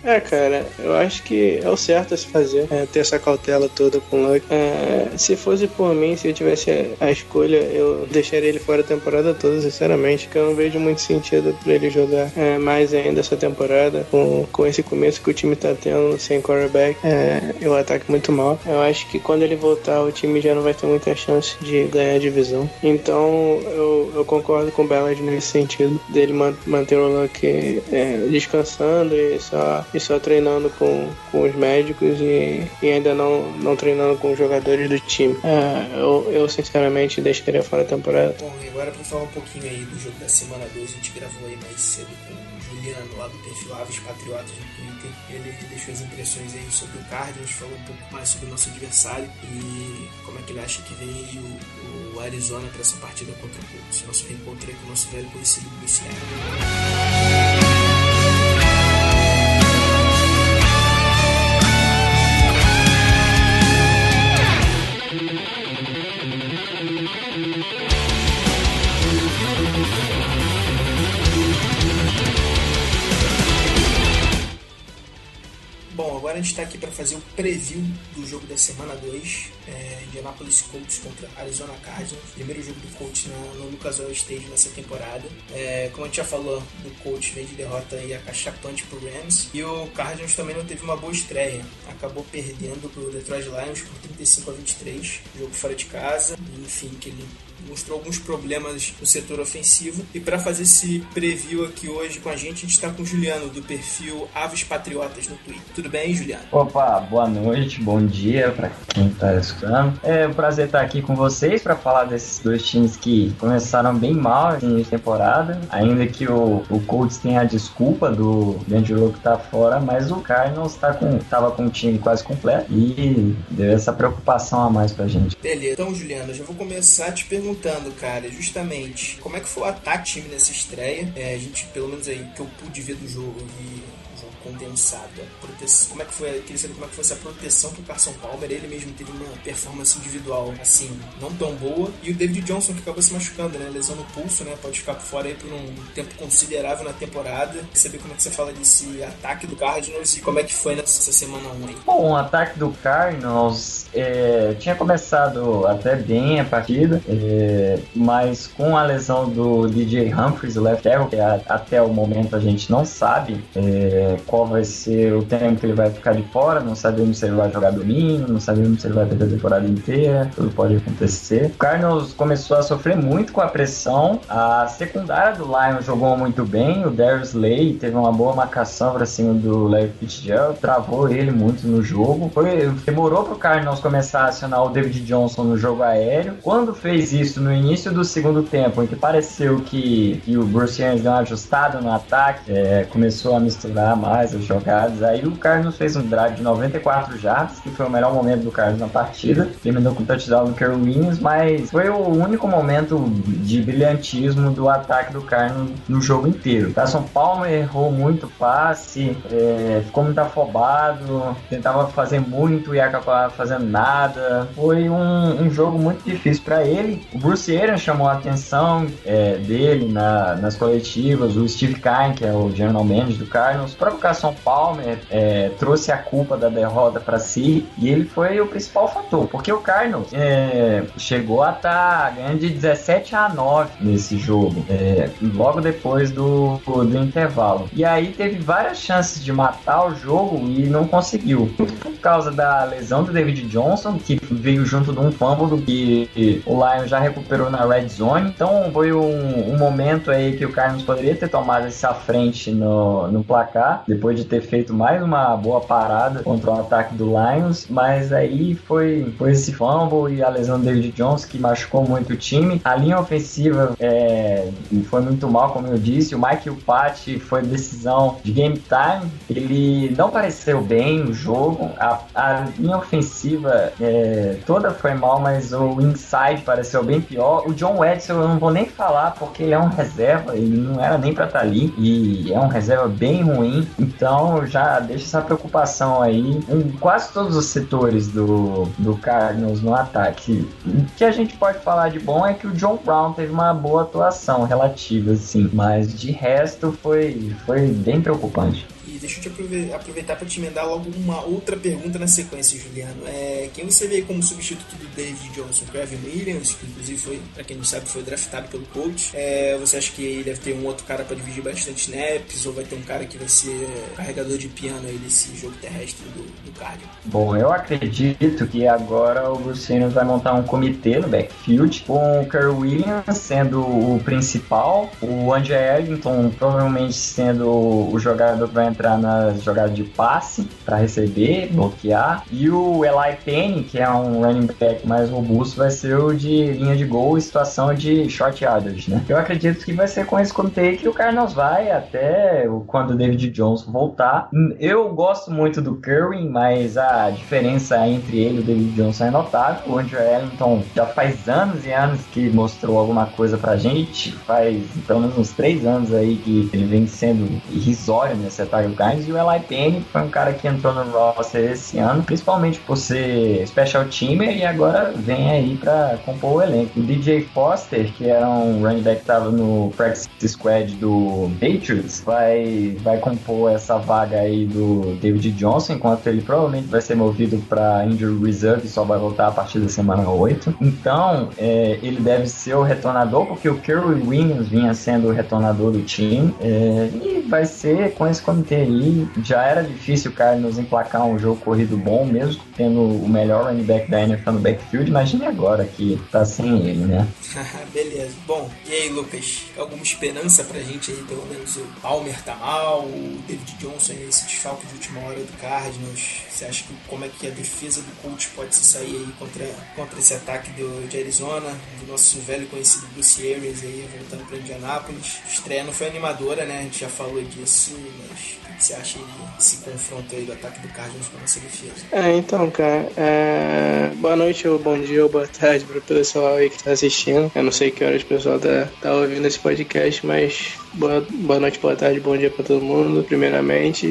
Cara, eu acho que é o certo a se fazer, ter essa cautela toda com o Luck. Se fosse por mim, se eu tivesse a escolha, eu deixaria ele fora a temporada toda, sinceramente, porque eu não vejo muito sentido pra ele jogar mais ainda essa temporada, com esse começo que o time tá tendo, sem quarterback, e o ataque muito mal. Eu acho que quando ele voltar, o time já não vai ter muita chance de ganhar a divisão. Então, eu concordo com o Ballard nesse sentido, dele manter o Luck descansando e só treinando com os médicos e ainda não treinando com os jogadores do time. Eu sinceramente deixaria fora a temporada. Bom, e agora pra falar um pouquinho aí do jogo da semana 2, a gente gravou aí mais cedo com o Juliano lá do perfil Aves Patriotas no Twitter. Ele deixou as impressões aí sobre o Cardinals, falou um pouco mais sobre o nosso adversário e como é que ele acha que vem aí o Arizona para essa partida contra o Colts. Nosso reencontro aí com o nosso velho conhecido Bruce Arians. Bom, agora a gente está aqui para fazer o preview do jogo da semana 2, Indianapolis Colts contra Arizona Cardinals, primeiro jogo do Colts no Lucas Oil Stadium nessa temporada. Como a gente já falou, o Colts vem de derrota aí acachapante pro Rams, e o Cardinals também não teve uma boa estreia, acabou perdendo pro Detroit Lions por 35-23, jogo fora de casa, enfim, que ele mostrou alguns problemas no setor ofensivo. E para fazer esse preview aqui hoje com a gente está com o Juliano, do perfil Aves Patriotas no Twitter. Tudo bem, Juliano? Opa, boa noite, bom dia para quem está escutando. É um prazer estar aqui com vocês para falar desses dois times que começaram bem mal assim, de temporada, ainda que o Colts tenha a desculpa do D'Angelo que tá fora, mas o Cardinals tava com o time quase completo e deu essa preocupação a mais pra gente. Beleza, então, Juliano, eu já vou começar te perguntando, cara, justamente como é que foi o ataque do time nessa estreia. A gente, pelo menos aí que eu pude ver do jogo, eu vi o jogo condensado, como é que foi, queria saber como é que foi essa proteção pro Carson Palmer. Ele mesmo teve uma performance individual assim, não tão boa, e o David Johnson que acabou se machucando, né, lesão no pulso, né, pode ficar por fora aí por um tempo considerável na temporada. Queria saber como é que você fala desse ataque do Cardinals e como é que foi nessa semana 1 aí. Bom, o ataque do Cardinals tinha começado até bem a partida, mas com a lesão do DJ Humphries, o left tackle, que até o momento a gente não sabe qual vai ser o tempo que ele vai ficar de fora, não sabemos se ele vai jogar domingo, não sabemos se ele vai perder a temporada inteira, tudo pode acontecer. O Cardinals começou a sofrer muito com a pressão, a secundária do Lions jogou muito bem, o Darius Slay teve uma boa marcação para cima do Larry Fitzgerald, travou ele muito no jogo, demorou para o Cardinals começar a acionar o David Johnson no jogo aéreo. Quando fez isso no início do segundo tempo, em que pareceu que o Bruce Arians deu uma ajustada no ataque, começou a misturar mais as jogadas, aí o Cardinals fez um drive de 94 jardas, que foi o melhor momento do Cardinals na partida, terminou com o touchdown do Carl Williams, mas foi o único momento de brilhantismo do ataque do Cardinals no jogo inteiro. Carson Palmer errou muito passe, ficou muito afobado, tentava fazer muito e acabava fazendo nada. Foi um jogo muito difícil para ele. O Bruce Arians chamou a atenção dele nas coletivas, o Steve Keim, que é o general manager do Cardinals, o próprio Carson Palmer trouxe a culpa da derrota para si, e ele foi o principal fator, porque o Cardinals chegou a estar ganhando de 17-9 nesse jogo, logo depois do intervalo, e aí teve várias chances de matar o jogo e não conseguiu, por causa da lesão do David Johnson, que veio junto de um fumble que o Lions já recuperou na red zone. Então foi um momento aí que o Cardinals poderia ter tomado essa frente no placar, depois de ter feito mais uma boa parada contra o ataque do Lions, mas aí foi esse fumble e a lesão do David Johnson que machucou muito o time. A linha ofensiva foi muito mal, como eu disse. O Mike Upati foi decisão de game time, ele não pareceu bem no jogo. A linha ofensiva toda foi mal, mas o inside pareceu bem pior. O John Edson eu não vou nem falar, porque ele é um reserva, ele não era nem pra estar ali, e é um reserva bem ruim, então já deixa essa preocupação aí em quase todos os setores do Cardinals no ataque. O que a gente pode falar de bom é que o John Brown teve uma boa atuação relativa, assim, mas de resto foi bem preocupante. E deixa eu te aproveitar para te emendar logo uma outra pergunta na sequência, Juliano. Quem você vê como substituto do David Johnson? Kevin Williams, que inclusive foi, para quem não sabe, foi draftado pelo coach. Você acha que deve ter um outro cara para dividir bastante snaps, ou vai ter um cara que vai ser carregador de piano aí desse jogo terrestre do Cardinals? Bom, eu acredito que agora o Bruce Arians vai montar um comitê no backfield, com o Kerry Williams sendo o principal, o Andy Ellington provavelmente sendo o jogador que vai entrar nas jogadas de passe para receber, bloquear, e o Eli Penny, que é um running back mais robusto, vai ser o de linha de gol e situação de short yardage, né? Eu acredito que vai ser com esse comitê que o Cardinals vai até quando o David Johnson voltar. Eu gosto muito do Curry, mas a diferença entre ele e o David Johnson é notável. O Andrew Ellington já faz anos e anos que mostrou alguma coisa pra gente, faz pelo menos uns 3 anos aí que ele vem sendo irrisório nesse ataque do Cardinals, e o Eli Penny foi um cara que entrou no roster esse ano, principalmente por ser special teamer, e agora vem aí pra compor o elenco. O DJ Foster, que era um running back que tava no practice squad do Patriots, vai compor essa vaga aí do David Johnson, enquanto ele provavelmente vai ser movido para injury reserve e só vai voltar a partir da semana 8. Então, ele deve ser o retornador, porque o Kerry Williams vinha sendo o retornador do time, e vai ser com esse comitê aí. Já era difícil o Cardinals emplacar um jogo corrido bom, mesmo tendo o melhor running back da NFL no backfield. Imagine agora que tá sem ele, né? Beleza. Bom, e aí, Lucas? Alguma esperança pra gente aí? Pelo menos o Palmer tá mal, o David Johnson, esse desfalque de última hora do Cardinals. Você acha que como é que a defesa do coach pode se sair aí contra esse ataque de Arizona, do nosso velho conhecido Bruce Arians aí, voltando para Indianápolis? A estreia não foi animadora, né? A gente já falou disso, mas o que você acha aí desse confronto aí do ataque do Cardinals com a nossa defesa? Então, cara, boa noite, ou bom dia, ou boa tarde pro pessoal aí que tá assistindo. Eu não sei que horas o pessoal tá ouvindo esse podcast, mas boa noite, boa tarde, bom dia pra todo mundo, primeiramente.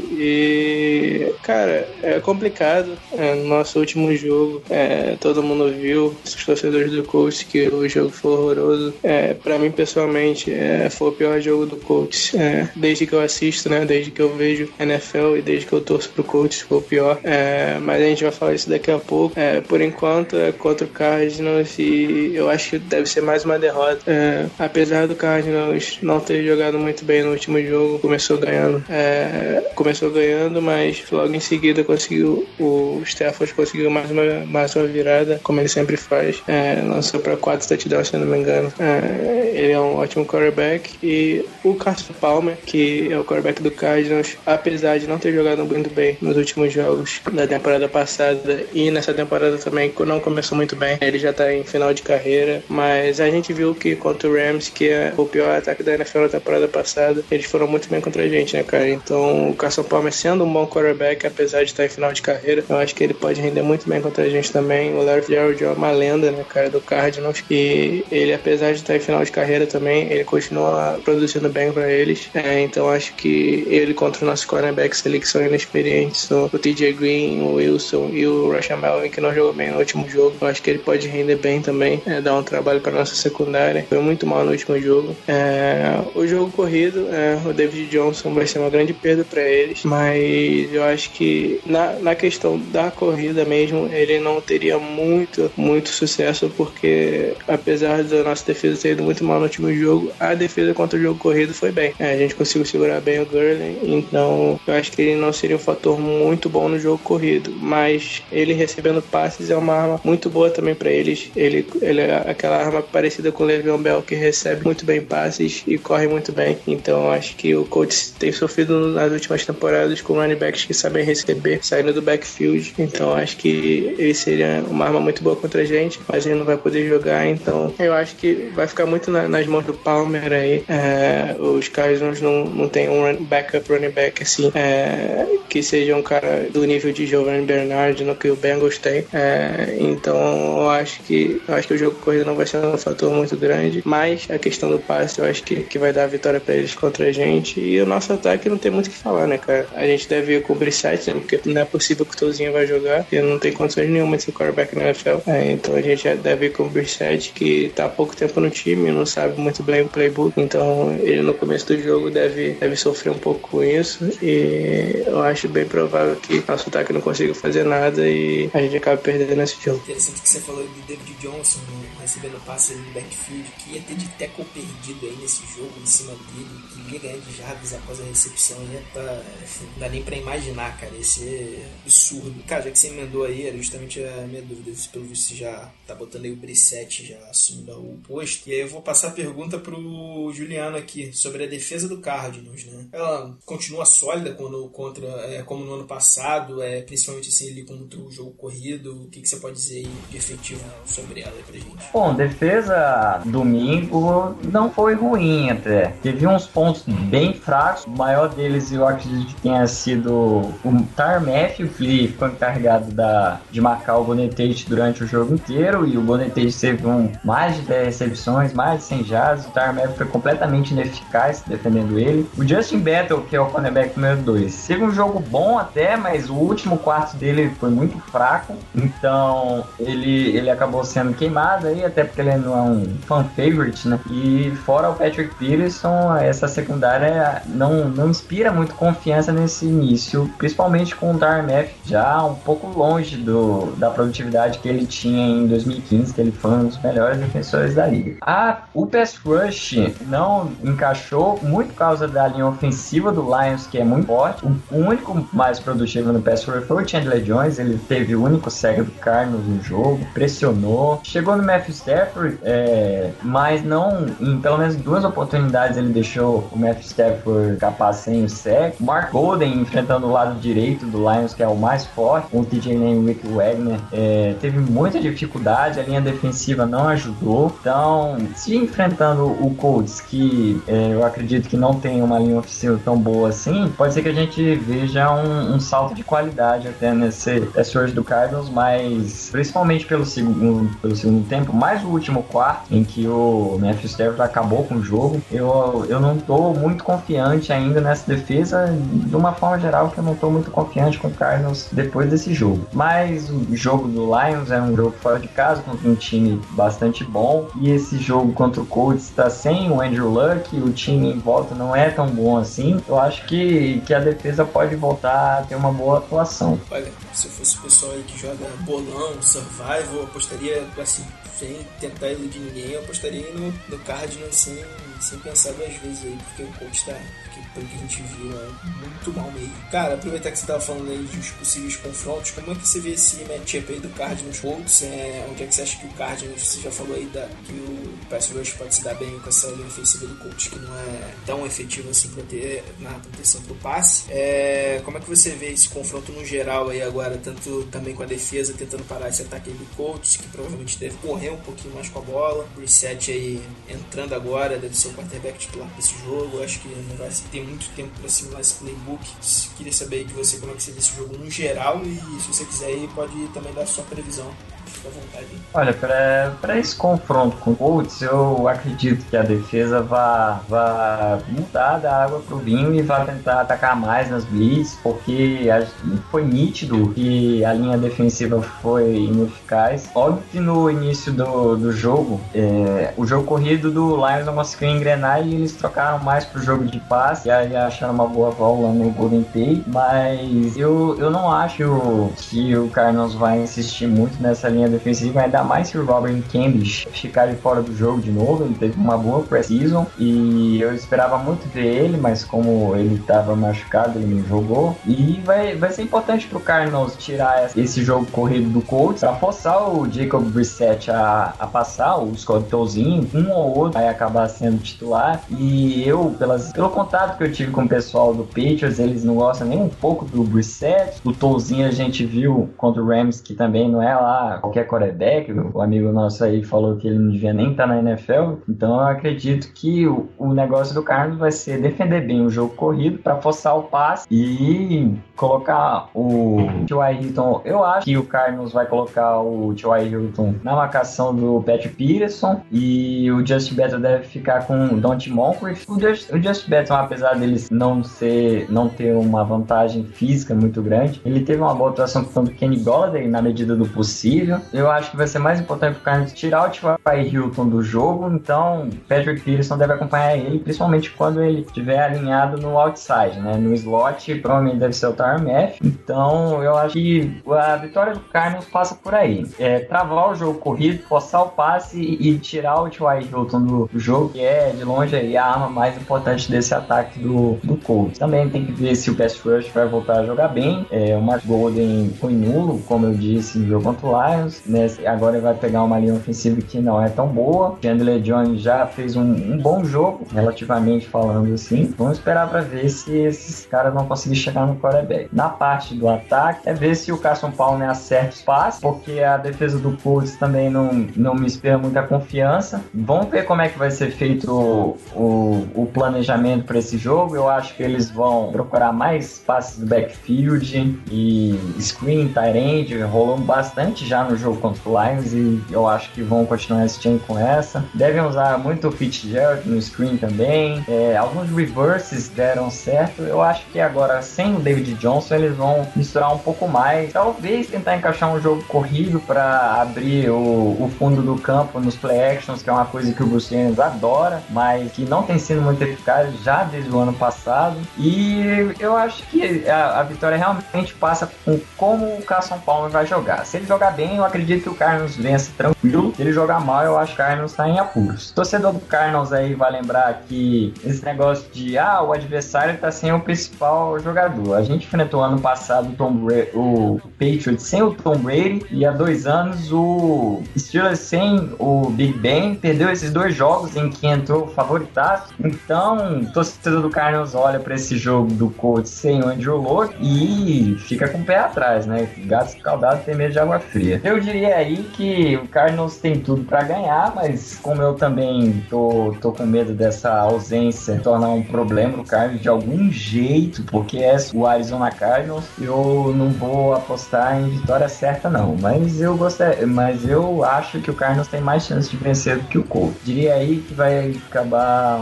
E, cara, é complicado. No nosso último jogo, todo mundo viu, os torcedores do Colts, que o jogo foi horroroso. Pra mim, pessoalmente, foi o pior jogo do Colts. Desde que eu assisto, né? Desde que eu vejo NFL e desde que eu torço pro Colts, foi o pior. Mas a gente vai falar isso daqui a pouco. Por enquanto, é contra o Cardinals, e eu acho que deve ser mais uma derrota. Apesar do Cardinals não ter jogado muito bem no último jogo, começou ganhando, mas logo em seguida o Stafford conseguiu mais uma virada, como ele sempre faz. Lançou para 4 touchdowns, se não me engano. Ele é um ótimo quarterback. E o Carson Palmer, que é o quarterback do Cardinals, apesar de não ter jogado muito bem nos últimos jogos da temporada passada e nessa temporada também não começou muito bem, ele já tá em final de carreira, mas a gente viu que contra o Rams, que é o pior ataque da NFL na temporada passada, eles foram muito bem contra a gente, né, cara? Então o Carson Palmer, sendo um bom quarterback, apesar de estar em final de carreira, eu acho que ele pode render muito bem contra a gente também. O Larry Fitzgerald é uma lenda, né, cara, do Cardinals, e ele, apesar de estar em final de carreira também, ele continua produzindo bem pra eles. Então acho que ele contra os nossos cornerbacks ali, que são inexperientes, o TJ Green, o Wilson e o Rashan Melvin, que não jogou bem no último jogo, eu acho que ele pode render bem também, dar um trabalho pra nossa secundária. Foi muito mal no último jogo. O jogo corrido, o David Johnson vai ser uma grande perda para eles, mas eu acho que na questão da corrida mesmo, ele não teria muito sucesso, porque apesar da nossa defesa ter ido muito mal no último jogo, a defesa contra o jogo corrido foi bem. A gente conseguiu segurar bem o Gurley, então eu acho que ele não seria um fator muito bom no jogo corrido, mas ele recebendo passes é uma arma muito boa também para eles. Ele é aquela arma parecida com o Le'Veon Bell, que recebe muito bem passes e corre muito bem. Então eu acho que o Colts tem sofrido nas últimas temporadas com running backs que sabem receber, saindo do backfield. Então eu acho que ele seria uma arma muito boa contra a gente, mas ele não vai poder jogar. Então eu acho que vai ficar muito nas mãos do Palmer aí. Os Cardinals não tem um backup running back assim, que seja um cara do nível de Giovanni Bernard, no que o Bengals tem. Então eu acho que o jogo corrido não vai ser um fator muito grande, mas a questão do passe eu acho que vai dar a vitória vitória pra eles contra a gente. E o nosso ataque não tem muito o que falar, né, cara? A gente deve ir com o Brissett, né, porque não é possível que o Tozinho vai jogar, porque não tem condições nenhuma de ser quarterback na NFL. Então a gente já deve ir com o Brissett, que tá há pouco tempo no time, não sabe muito bem o playbook. Então ele no começo do jogo deve sofrer um pouco com isso. E eu acho bem provável que nosso ataque não consiga fazer nada e a gente acaba perdendo esse jogo. Interessante que você falou de David Johnson recebendo passe no backfield, que ia ter de tackle perdido aí nesse jogo em cima dele, que ia ganhar de jardas após a recepção, não dá nem pra imaginar, cara, esse é absurdo. Cara, já que você emendou aí, era justamente a minha dúvida, se pelo visto você já tá botando aí o Brissett já assumindo o posto. E aí eu vou passar a pergunta pro Juliano aqui, sobre a defesa do Cardinals, né? Ela continua sólida como no ano passado, principalmente assim, ali contra o jogo corrido. O que você pode dizer aí de efetivo sobre ela aí pra gente? Bom, defesa domingo não foi ruim até. Teve uns pontos bem fracos. O maior deles eu acredito que tenha sido o Tyrann Mathieu, que ficou encarregado de marcar o Golden Tate durante o jogo inteiro. E o Golden Tate teve mais de 10 recepções, mais de 100 jardas. O Tyrann Mathieu foi completamente ineficaz defendendo ele. O Justin Battle, que é o cornerback número 2, teve um jogo bom até, mas o último quarto dele foi muito fraco. Então ele acabou sendo queimado aí, até porque ele não é um fan favorite, né? E fora o Patrick Peterson, essa secundária não inspira muito confiança nesse início, principalmente com o Tyrann Mathieu já um pouco longe da produtividade que ele tinha em 2015, que ele foi um dos melhores defensores da liga. O pass rush não encaixou muito por causa da linha ofensiva do Lions, que é muito forte. O único mais produtivo no pass rush foi o Chandler Jones. Ele teve o único sack do Cardinals no jogo, pressionou, chegou no Matthew Stafford, mas não, em pelo menos 2 oportunidades ele deixou o Matthew Stafford capaz sem o sack. Mark Golden enfrentando o lado direito do Lions, que é o mais forte, com o TJ Lane e Rick Wagner, teve muita dificuldade, a linha defensiva não ajudou. Então, se enfrentando o Colts, que eu acredito que não tem uma linha ofensiva tão boa assim, pode ser que a gente veja um salto de qualidade até nesse pass rush do Cardinals, mas principalmente pelo segundo tempo, mais o último quarto, em que o Matthew Stafford acabou com o jogo, eu não tô muito confiante ainda nessa defesa, de uma forma geral, que eu não tô muito confiante com o Cardinals depois desse jogo. Mas o jogo do Lions é um jogo fora de casa, contra um time bastante bom, e esse jogo contra o Colts está sem o Andrew Luck, o time em volta não é tão bom assim. Eu acho que a defesa pode voltar a ter uma boa atuação. Olha, se eu fosse o pessoal aí que joga bolão, survival, eu apostaria, assim, sem tentar iludir ninguém, eu apostaria no Cardinals sem pensar 2 vezes aí, porque o coach tá, pelo que a gente viu, muito mal mesmo. Cara, aproveitar que você tava falando aí dos possíveis confrontos, como é que você vê esse matchup aí do Cardinals Colts? Onde é que você acha que o Cardinals, você já falou aí que o pass rush pode se dar bem com essa linha ofensiva do Colts, que não é tão efetivo assim na proteção pro passe. Como é que você vê esse confronto no geral aí agora, tanto também com a defesa tentando parar esse ataque aí do Colts, que provavelmente deve correr um pouquinho mais com a bola, o Brissett aí entrando agora, deve ser o quarterback titular desse jogo. Eu acho que não vai ter muito tempo para simular esse playbook. Queria saber aí de você como é que você vê esse jogo no geral, e se você quiser aí pode também dar a sua previsão. Fica à vontade. Olha, para esse confronto com o Colts, eu acredito que a defesa vai mudar da água pro vinho e vai tentar atacar mais nas blitz, porque foi nítido que a linha defensiva foi ineficaz. Óbvio que no início do jogo, o jogo corrido do Lions não conseguiu engrenar e eles trocaram mais pro jogo de passe, e aí acharam uma boa bola no Golden Tate, mas eu não acho que o Cardinals vai insistir muito nessa linha defensiva, ainda mais se o Robert Cambish ficar de fora do jogo de novo. Ele teve uma boa pré-season e eu esperava muito ver ele, mas como ele estava machucado, ele não jogou. E vai ser importante pro Cardinals tirar esse jogo corrido do Colts para forçar o Jacob Brissett a passar o Scott Tolzien. Um ou outro vai acabar sendo titular, e eu, pelo contato que eu tive com o pessoal do Patriots, eles não gostam nem um pouco do Brissett. O Tolzien a gente viu contra o Rams, que também não é lá qualquer quarterback. O amigo nosso aí falou que ele não devia nem estar na NFL. Então eu acredito que o negócio do Cardinals vai ser defender bem o jogo corrido para forçar o passe e colocar o T.Y. Hilton. Eu acho que o Cardinals vai colocar o T.Y. Hilton na marcação do Patrick Peterson e o Justin Betton deve ficar com o Dante Moncrief. O Justin Betton, apesar deles não ter uma vantagem física muito grande, ele teve uma boa atuação contra o Kenny Golladay na medida do possível. Eu acho que vai ser mais importante para o Cardinals tirar o T.Y. Hilton do jogo, então Patrick Peterson deve acompanhar ele, principalmente quando ele estiver alinhado no outside, né? No slot, provavelmente deve ser o Tyrann Mathieu. Então eu acho que a vitória do Cardinals passa por aí. Travar o jogo corrido, forçar o passe e tirar o T.Y. Hilton do jogo, que é de longe aí a arma mais importante desse ataque do Colts. Também tem que ver se o pass rush vai voltar a jogar bem. O Mark Golden foi nulo, como eu disse, no jogo contra o Lions, né? Agora ele vai pegar uma linha ofensiva que não é tão boa. Chandler Jones já fez um bom jogo, relativamente falando assim. Vamos esperar para ver se esses caras vão conseguir chegar no quarterback. Na parte do ataque, ver se o Carson Palmer acerta os passes, porque a defesa do Colts também não me espera muita confiança. Vamos ver como é que vai ser feito o planejamento para esse jogo. Eu acho que eles vão procurar mais passes do backfield e screen, tight end, rolou bastante já no jogo contra o Lions e eu acho que vão continuar assistindo com essa. Devem usar muito o Fitzgerald no screen também. Alguns reverses deram certo. Eu acho que agora, sem o David Johnson, eles vão misturar um pouco mais. Talvez tentar encaixar um jogo corrido para abrir o fundo do campo nos play actions, que é uma coisa que o Bruce Arians adora, mas que não tem sido muito eficaz já desde o ano passado. E eu acho que a vitória realmente passa com como o Carson Palmer vai jogar. Se ele jogar bem, eu acredito que o Cardinals vença tranquilo. Se ele jogar mal, eu acho que o Cardinals está em apuros. O torcedor do Cardinals aí vai lembrar que esse negócio de o adversário está sem o principal jogador. A gente enfrentou ano passado o Patriots sem o Tom Brady e há 2 anos o Steelers sem o Big Ben. Perdeu esses 2 jogos em que entrou o favoritaço. Então, o torcedor do Cardinals olha para esse jogo do Colts sem o Andrew Luck e fica com o pé atrás, né? Gato escaldado tem medo de água fria. Eu diria aí que o Cardinals tem tudo para ganhar, mas como eu também tô com medo dessa ausência tornar um problema no Cardinals de algum jeito, porque é o Arizona Cardinals, eu não vou apostar em vitória certa não, mas eu acho que o Cardinals tem mais chance de vencer do que o Colts. Diria aí que vai acabar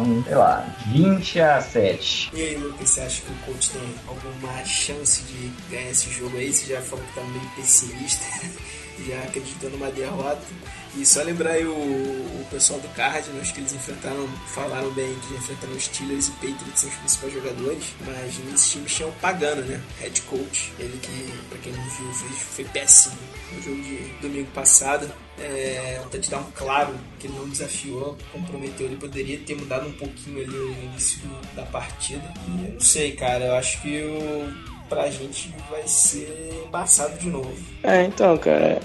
20-7. E aí, Lucas, você acha que o Colts tem alguma chance de ganhar esse jogo aí? Você já falou que tá meio pessimista, já acreditando numa derrota. E só lembrar aí o pessoal do Cardinals, acho que eles falaram bem que enfrentaram os Steelers e Patriots, são os principais jogadores, mas nesse time tinha o Pagano, né? Head coach, ele que, pra quem não viu, foi péssimo no jogo de domingo passado. Um touchdown claro que ele não desafiou, comprometeu, ele poderia ter mudado um pouquinho ali no início da partida. E eu não sei, cara, eu acho que pra gente vai ser embaçado de novo. Então, cara,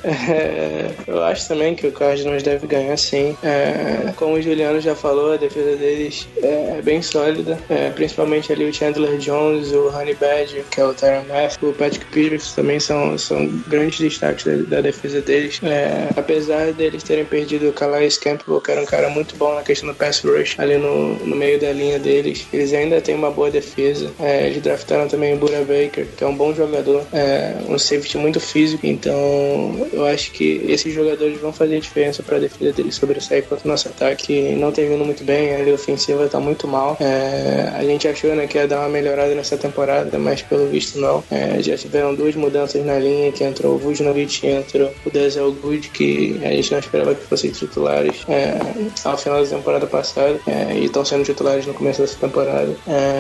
eu acho também que o Cardinals deve ganhar sim. Como o Juliano já falou, a defesa deles é bem sólida, principalmente ali o Chandler Jones, o Honey Badger, que é o Tyrann Mathieu, o Patrick Peterson também são grandes destaques da defesa deles. Apesar deles terem perdido o Calais Campbell, que era um cara muito bom na questão do pass rush, ali no meio da linha deles, eles ainda têm uma boa defesa. Eles draftaram também o Buda Baker, que é um bom jogador, um safety muito físico, então eu acho que esses jogadores vão fazer diferença para a defesa deles sobressair contra o nosso ataque, que não tem vindo muito bem, a linha ofensiva está muito mal. A gente achou, né, que ia dar uma melhorada nessa temporada, mas pelo visto não. Já tiveram 2 mudanças na linha, que entrou o Vujnovic e entrou o Denzel Good, que a gente não esperava que fossem titulares ao final da temporada passada, e estão sendo titulares no começo dessa temporada.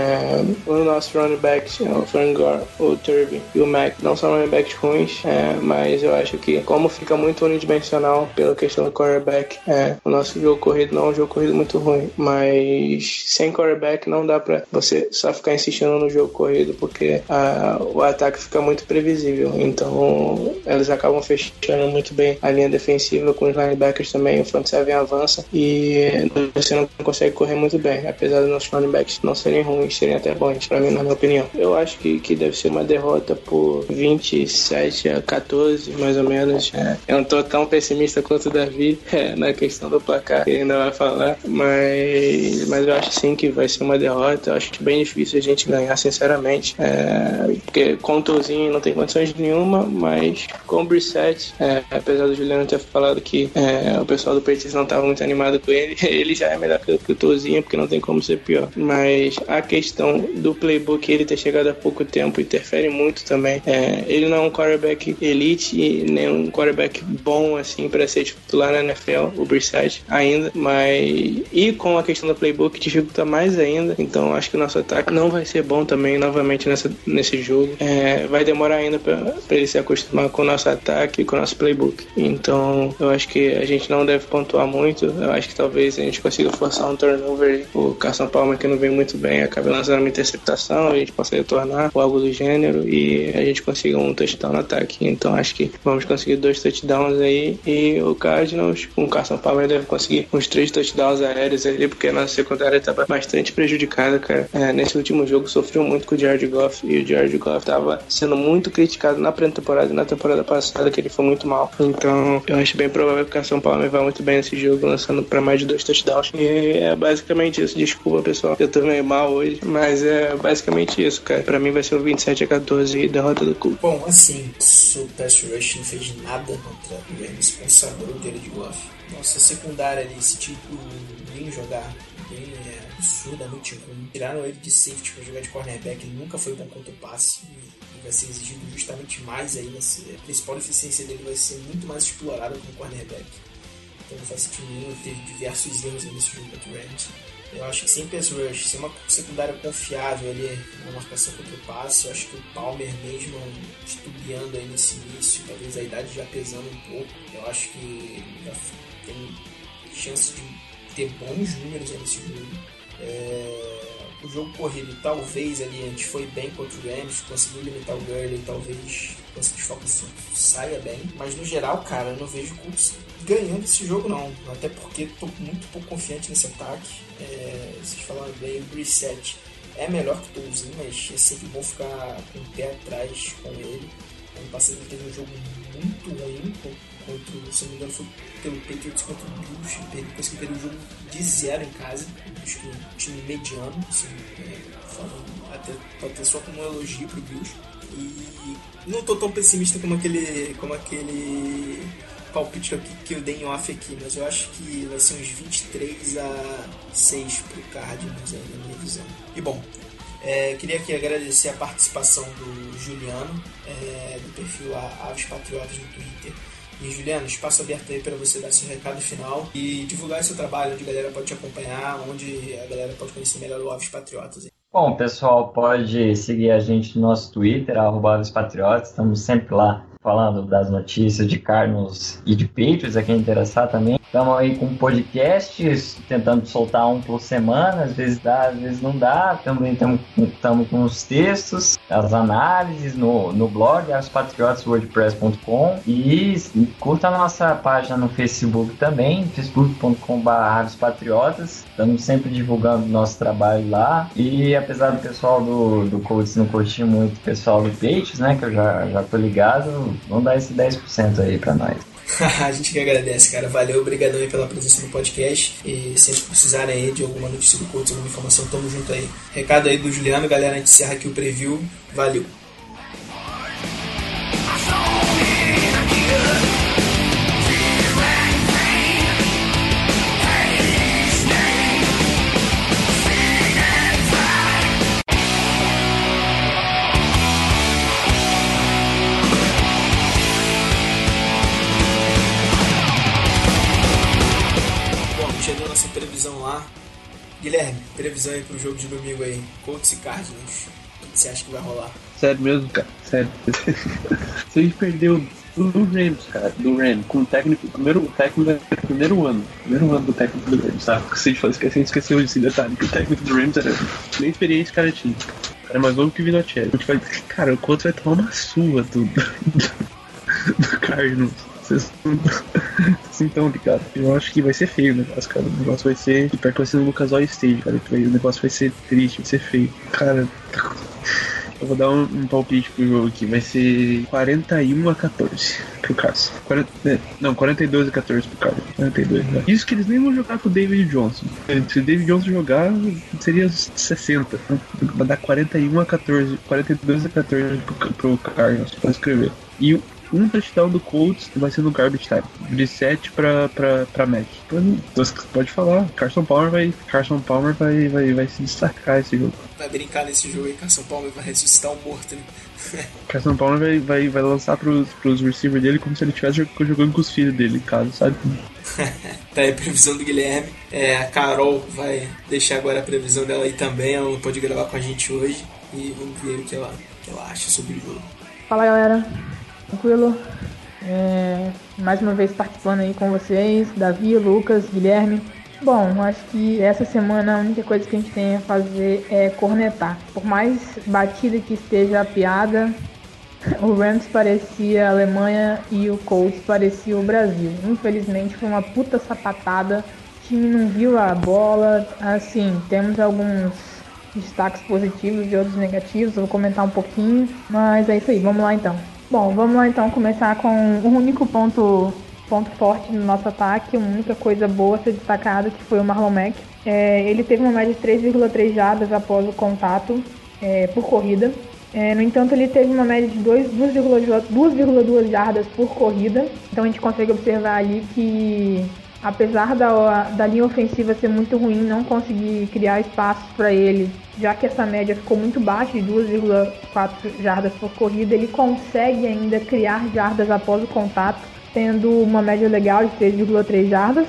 O nosso running back, o Frank Gore, o Turby e o Mac não são running backs ruins, mas eu acho que como fica muito unidimensional pela questão do quarterback, o nosso jogo corrido não é um jogo corrido muito ruim, mas sem quarterback não dá pra você só ficar insistindo no jogo corrido, porque o ataque fica muito previsível, então eles acabam fechando muito bem a linha defensiva com os linebackers também, o front seven avança e você não consegue correr muito bem, apesar dos nossos running backs não serem ruins, serem até bons, pra mim, na minha opinião. Eu acho que deve ser uma derrota por 27-14, mais ou menos. Eu não tô tão pessimista quanto o Davi na questão do placar, que ele ainda vai falar, mas eu acho sim que vai ser uma derrota. Eu acho bem difícil a gente ganhar, sinceramente, porque com o Touzinho não tem condições nenhuma, mas com o Brissett, apesar do Juliano ter falado que o pessoal do Patriots não estava muito animado com ele, ele já é melhor que o Touzinho, porque não tem como ser pior. Mas a questão do playbook, ele ter chegado há pouco tempo, interfere muito também. Ele não é um quarterback elite, nem um quarterback bom assim para ser titular na NFL, o Brissett ainda, mas e com a questão do playbook dificulta mais ainda. Então acho que o nosso ataque não vai ser bom também novamente nesse jogo. Vai demorar ainda para ele se acostumar com o nosso ataque e com o nosso playbook. Então eu acho que a gente não deve pontuar muito. Eu acho que talvez a gente consiga forçar um turnover. O Carson Palmer, que não vem muito bem, acaba lançando uma interceptação, a gente possa retornar ou algo do gênero e a gente consiga um touchdown no ataque. Então acho que vamos conseguir 2 touchdowns aí, e o Cardinals com o Carson Palmer deve conseguir uns 3 touchdowns aéreos ali, porque a nossa secundária estava bastante prejudicada, cara. Nesse último jogo sofreu muito com o Jared Goff, e o Jared Goff estava sendo muito criticado na pré-temporada e na temporada passada, que ele foi muito mal. Então eu acho bem provável que o Carson Palmer vá muito bem nesse jogo, lançando para mais de 2 touchdowns. E é basicamente isso. Desculpa, pessoal, eu tô meio mal hoje, mas é basicamente isso, cara. Pra mim vai ser o 27-14 e derrota do Colts. Bom, assim, o pass rush não fez nada contra o Rams, consagrou o Jared Goff. Nossa secundária ali, esse tipo nem jogar bem, absurdamente ruim. Tiraram ele de safety pra jogar de cornerback, ele nunca foi bom contra o passe. E vai ser exigido justamente mais aí. A principal deficiência dele vai ser muito mais explorada como cornerback. Então não faz sentido nenhum, teve diversos erros nesse jogo contra o Rams. Eu acho que sem pass rush, sem uma secundária confiável ali na marcação contra o passe, eu acho que o Palmer mesmo estubiando aí nesse início, talvez a idade já pesando um pouco, eu acho que já tem chance de ter bons números aí nesse jogo. O jogo corrido, talvez ali a gente foi bem contra o Rams, conseguiu limitar o Gurley, talvez com esse desfoque saia bem, mas no geral, cara, eu não vejo o Colts ganhando esse jogo não, até porque estou muito pouco confiante nesse ataque. Vocês falaram bem, o Brissett é melhor que o Touzinho, mas é sempre bom ficar com o pé atrás com ele. Ano passado ele teve um jogo muito ruim contra, se não me engano, foi pelo Patriots contra o Bills. Ele conseguiu ter um jogo de 0 em casa. Acho que um time mediano, assim, até pode ter só como um elogio pro Bills. E não tô tão pessimista como aquele palpite que eu dei em off aqui, mas eu acho que vai ser uns 23-6 pro Cardinals aí na minha visão. E bom, queria aqui agradecer a participação do Juliano, do perfil Aves Patriotas no Twitter. E Juliano, espaço aberto aí para você dar seu recado final e divulgar seu trabalho, onde a galera pode te acompanhar, onde a galera pode conhecer melhor o Aves Patriotas. Bom, pessoal, pode seguir a gente no nosso Twitter, @Aves Patriotas, estamos sempre lá falando das notícias de Cardinals e de Patriots, a quem interessar também. Estamos aí com podcasts, tentando soltar um por semana, às vezes dá, às vezes não dá. Também estamos com os textos, as análises no blog, avespatriotas.wordpress.com, e curta a nossa página no Facebook também, facebook.com/avespatriotas. Estamos sempre divulgando o nosso trabalho lá, e apesar do pessoal do Colts não curtir muito o pessoal do Patriots, né, que eu já tô ligado, vamos dar esse 10% aí pra nós. A gente que agradece, cara. Valeu, obrigadão aí pela presença no podcast. E sempre que precisarem aí de alguma notícia do Colts, alguma informação, tamo junto aí. Recado aí do Juliano, galera. A gente encerra aqui o preview. Valeu. Previsão lá. Guilherme, previsão aí pro jogo de domingo aí. Colts e Cardinals. O que você acha que vai rolar? Sério mesmo, cara. Sério. Se a gente perdeu do Rams, cara. Do Rams. Com o técnico. Primeiro ano do técnico do Rams, sabe? Se a gente esqueceu desse detalhe. Que o técnico do Rams era nem experiência, cara, tinha. Era mais novo que o Vinatieri. Cara, o Colts vai tomar uma surra do Cardinals. Vocês não estão ligados. Eu acho que vai ser feio o negócio, cara. O negócio vai ser. Vai ser no Lucas Oil Stage, cara. O negócio vai ser triste, vai ser feio. Cara, Eu vou dar um palpite pro jogo aqui. Vai ser 41-14 pro Carson. 42-14 pro Carson. 42, né? Isso que eles nem vão jogar com o David Johnson. Se o David Johnson jogar, seria 60. Vai dar 41-14. 42-14 pro Carson. Pode escrever. E um touchdown do Colts vai ser no garbage time. De 7 pra Mac. Então, pode falar. Carson Palmer vai se destacar esse jogo. Vai brincar nesse jogo aí. Carson Palmer vai ressuscitar um morto, né? Carson Palmer vai lançar pros receivers dele como se ele estivesse jogando com os filhos dele em casa, sabe? Tá aí a previsão do Guilherme. A Carol vai deixar agora a previsão dela aí também. Ela não pode gravar com a gente hoje. E vamos ver o que ela acha sobre o jogo. Fala, galera. Tranquilo? Mais uma vez participando aí com vocês, Davi, Lucas, Guilherme. Bom, acho que essa semana a única coisa que a gente tem a fazer é cornetar. Por mais batida que esteja a piada, o Rams parecia a Alemanha e o Colts parecia o Brasil. Infelizmente foi uma puta sapatada, o time não viu a bola. Assim, temos alguns destaques positivos e outros negativos, eu vou comentar um pouquinho, mas é isso aí, vamos lá então. Bom, vamos lá então começar com o único ponto forte no nosso ataque, uma única coisa boa a ser destacada, que foi o Marlon Mack. Ele teve uma média de 3,3 jardas após o contato por corrida. No entanto, ele teve uma média de 2,2 jardas por corrida. Então a gente consegue observar ali que, apesar da linha ofensiva ser muito ruim, não conseguir criar espaços para ele, já que essa média ficou muito baixa, de 2,4 jardas por corrida, ele consegue ainda criar jardas após o contato, tendo uma média legal de 3,3 jardas.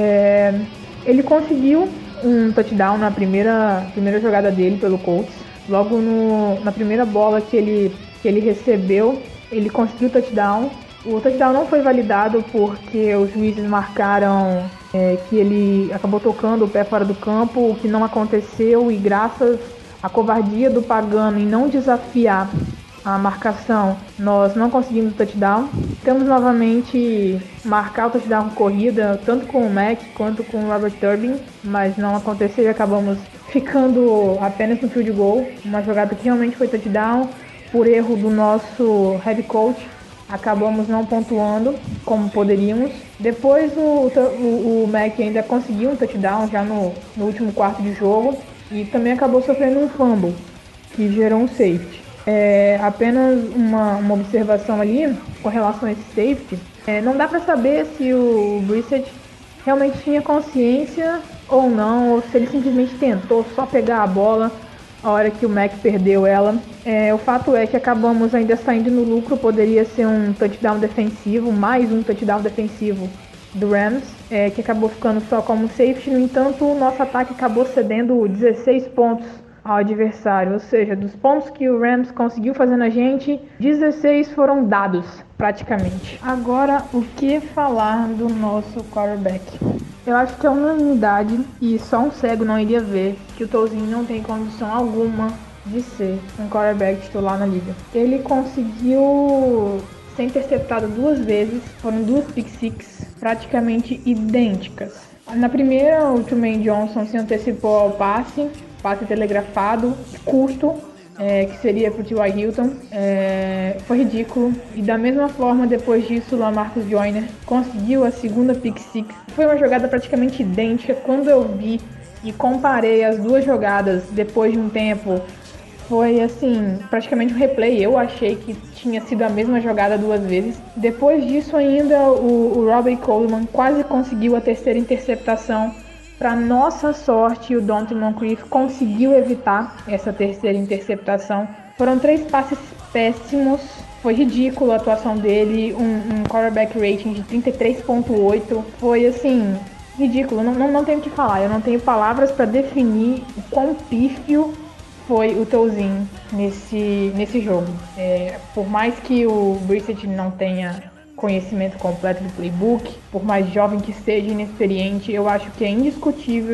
Ele conseguiu um touchdown na primeira jogada dele pelo Colts. Logo na primeira bola que ele recebeu, ele conseguiu o touchdown. O touchdown não foi validado porque os juízes marcaram que ele acabou tocando o pé fora do campo, o que não aconteceu, e graças à covardia do Pagano em não desafiar a marcação, nós não conseguimos o touchdown. Temos novamente marcar o touchdown corrida, tanto com o Mack quanto com o Robert Turbin, mas não aconteceu e acabamos ficando apenas no field goal. Uma jogada que realmente foi touchdown, por erro do nosso head coach, acabamos não pontuando como poderíamos. Depois o Mack ainda conseguiu um touchdown já no último quarto de jogo e também acabou sofrendo um fumble que gerou um safety. Apenas uma observação ali com relação a esse safety. Não dá para saber se o Brissett realmente tinha consciência ou não, ou se ele simplesmente tentou só pegar a bola a hora que o Mack perdeu ela. O fato é que acabamos ainda saindo no lucro. Poderia ser um touchdown defensivo, mais um touchdown defensivo do Rams, que acabou ficando só como safety. No entanto, o nosso ataque acabou cedendo 16 pontos ao adversário, ou seja, dos pontos que o Rams conseguiu fazer na gente, 16 foram dados praticamente. Agora, o que falar do nosso quarterback? Eu acho que é unanimidade, e só um cego não iria ver, que o Tolzien não tem condição alguma de ser um quarterback titular na liga. Ele conseguiu ser interceptado 2 vezes, foram 2 pick six praticamente idênticas. Na primeira, o Trumaine Johnson se antecipou ao passe telegrafado, curto, que seria para o T.Y. Hilton. Foi ridículo. E da mesma forma, depois disso, o Lamarcus Joyner conseguiu a segunda pick six. Foi uma jogada praticamente idêntica. Quando eu vi e comparei as duas jogadas depois de um tempo, foi assim, praticamente um replay. Eu achei que tinha sido a mesma jogada 2 vezes. Depois disso ainda, o Robbie Coleman quase conseguiu a terceira interceptação. Para nossa sorte, o Donte Moncrief conseguiu evitar essa terceira interceptação. Foram 3 passes péssimos. Foi ridículo a atuação dele. Um quarterback rating de 33.8. Foi assim, ridículo. Não tenho o que falar. Eu não tenho palavras para definir o quão pífio foi o Tolzien nesse jogo. Por mais que o Brissett não tenha conhecimento completo do playbook, por mais jovem que seja, inexperiente, eu acho que é indiscutível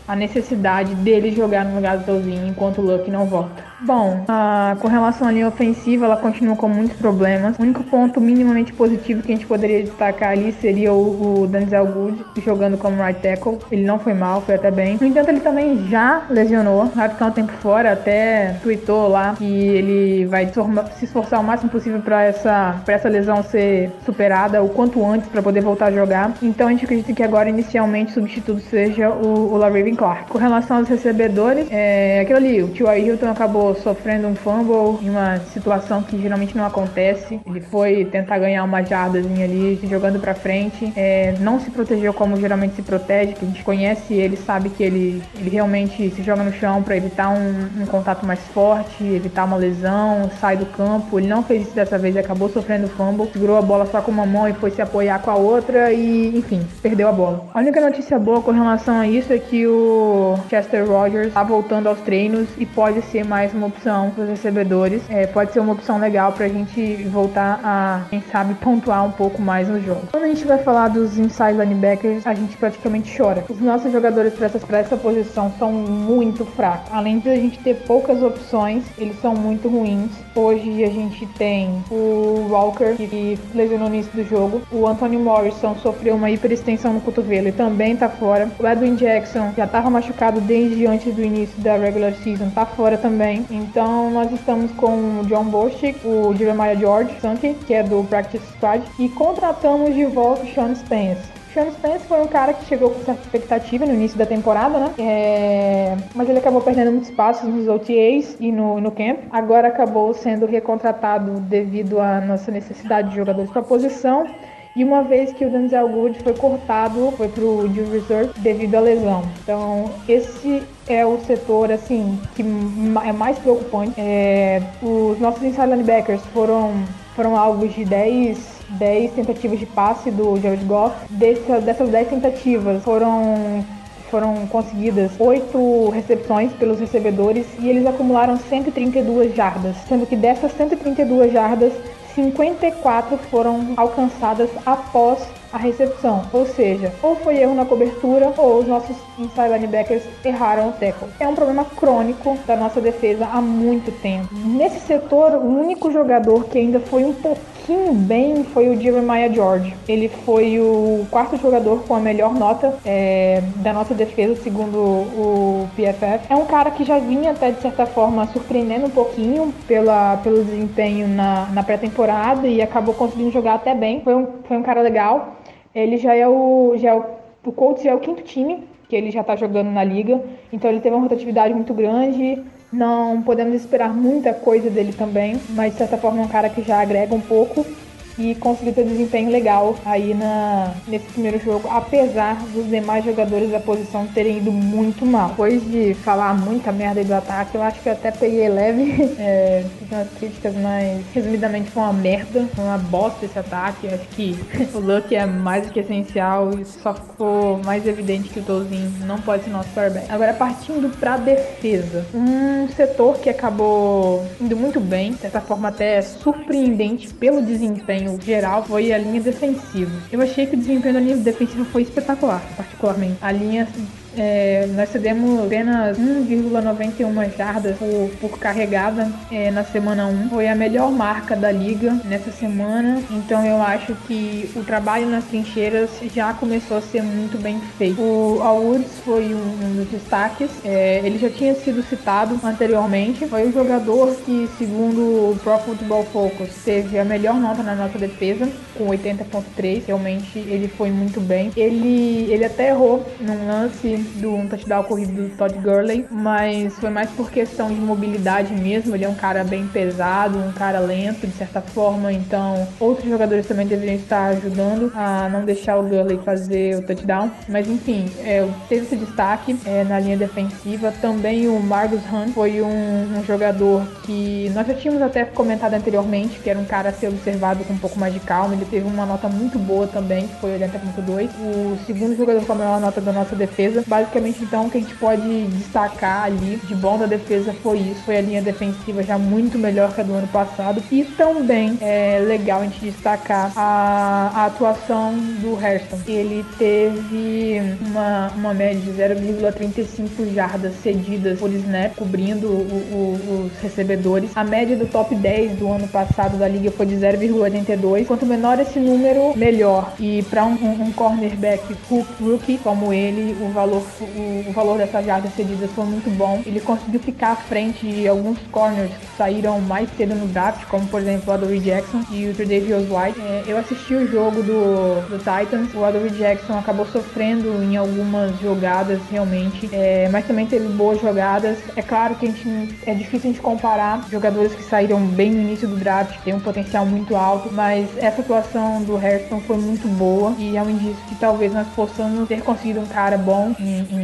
a necessidade dele jogar no lugar do Tolzinho enquanto o Luck não volta. Bom, com relação à linha ofensiva, ela continua com muitos problemas. O único ponto minimamente positivo que a gente poderia destacar ali seria o Denzel Good jogando como right tackle. Ele não foi mal, foi até bem. No entanto, ele também já lesionou, vai ficar um tempo fora, até tweetou lá que ele vai se esforçar o máximo possível para essa lesão ser superada o quanto antes para poder voltar a jogar. Então a gente acredita que agora inicialmente o substituto seja o LaRaven Clark. Com relação aos recebedores, aquilo ali, o T.Y. Hilton acabou sofrendo um fumble em uma situação que geralmente não acontece. Ele foi tentar ganhar uma jardazinha ali, jogando pra frente. Não se protegeu como geralmente se protege, que a gente conhece ele, sabe que ele realmente se joga no chão pra evitar um contato mais forte, evitar uma lesão, sai do campo. Ele não fez isso dessa vez, acabou sofrendo fumble, segurou a bola só com uma mão e foi se apoiar com a outra e, enfim, perdeu a bola. A única notícia boa com relação a isso é que o Chester Rogers tá voltando aos treinos e pode ser mais uma opção para os recebedores. Pode ser uma opção legal pra gente voltar a, quem sabe, pontuar um pouco mais no jogo. Quando a gente vai falar dos inside linebackers, a gente praticamente chora. Os nossos jogadores para essa posição são muito fracos. Além de a gente ter poucas opções, eles são muito ruins. Hoje a gente tem o Walker, que lesionou no início do jogo. O Anthony Morrison sofreu uma hiperextensão no cotovelo e também tá fora. O Edwin Jackson já estava machucado desde antes do início da regular season, tá fora também. Então nós estamos com o John Bostic, o Jeremiah George, que é do Practice Squad, e contratamos de volta o Sean Spence. Sean Spence foi um cara que chegou com certa expectativa no início da temporada, né? Mas ele acabou perdendo muitos passos nos OTAs e no camp. Agora acabou sendo recontratado devido à nossa necessidade de jogadores para a posição. E uma vez que o Denzel Good foi cortado, foi pro Injury Reserve devido à lesão. Então, esse é o setor, assim, que é mais preocupante. Os nossos inside linebackers foram alvos de 10 tentativas de passe do Jared Goff. Dessas 10 tentativas foram conseguidas 8 recepções pelos recebedores e eles acumularam 132 jardas, sendo que dessas 132 jardas, 54 foram alcançadas após a recepção, ou seja, ou foi erro na cobertura ou os nossos inside linebackers erraram o tackle. É um problema crônico da nossa defesa há muito tempo. Nesse setor, o único jogador que ainda foi um pouquinho bem foi o Jeremiah George. Ele foi o quarto jogador com a melhor nota da nossa defesa, segundo o PFF. É um cara que já vinha até, de certa forma, surpreendendo um pouquinho pelo desempenho na pré-temporada e acabou conseguindo jogar até bem. Foi um cara legal. Ele o Colts já é o quinto time que ele já está jogando na liga, então ele teve uma rotatividade muito grande. Não podemos esperar muita coisa dele também, mas de certa forma é um cara que já agrega um pouco e conseguiu ter desempenho legal aí nesse primeiro jogo, apesar dos demais jogadores da posição terem ido muito mal. Depois de falar muita merda aí do ataque, eu acho que eu até peguei leve, fiz umas críticas, mas resumidamente foi uma merda, foi uma bosta esse ataque. Eu acho que o Luck é mais do que essencial e só ficou mais evidente que o Tolzinho não pode ser nosso quarterback. Agora, partindo pra defesa, um setor que acabou indo muito bem, de certa forma até surpreendente pelo desempenho geral, foi a linha defensiva. Eu achei que o desempenho da linha defensiva foi espetacular, particularmente. A linha nós cedemos apenas 1,91 jardas por carregada na semana 1. Foi a melhor marca da liga nessa semana. Então eu acho que o trabalho nas trincheiras já começou a ser muito bem feito. O Al Woods foi um dos destaques. Ele já tinha sido citado anteriormente. Foi o jogador que, segundo o Pro Football Focus, teve a melhor nota na nossa defesa, com 80.3. Realmente ele foi muito bem. Ele até errou num lance um touchdown corrido do Todd Gurley, mas foi mais por questão de mobilidade mesmo. Ele é um cara bem pesado, um cara lento de certa forma, então outros jogadores também deveriam estar ajudando a não deixar o Gurley fazer o touchdown, mas enfim, teve esse destaque na linha defensiva. Também o Margus Hunt foi um jogador que nós já tínhamos até comentado anteriormente, que era um cara a ser observado com um pouco mais de calma. Ele teve uma nota muito boa também, que foi 80.2. O segundo jogador com a maior nota da nossa defesa, Basicamente, então, o que a gente pode destacar ali de bom da defesa foi isso. Foi a linha defensiva já muito melhor que a do ano passado. E também é legal a gente destacar a atuação do Hairston. Ele teve uma média de 0,35 jardas cedidas por snap, cobrindo os recebedores. A média do top 10 do ano passado da liga foi de 0,82. Quanto menor esse número, melhor. E para um cornerback rookie como ele, o valor dessas jardas cedidas foi muito bom. Ele conseguiu ficar à frente de alguns corners que saíram mais cedo no draft, como por exemplo o Adoree Jackson e o Tre'Davious White. Eu assisti o jogo do Titans. O Adoree Jackson acabou sofrendo em algumas jogadas realmente, mas também teve boas jogadas. É claro que é difícil a gente comparar jogadores que saíram bem no início do draft, tem um potencial muito alto, mas essa atuação do Hairston foi muito boa e é um indício que talvez nós possamos ter conseguido um cara bom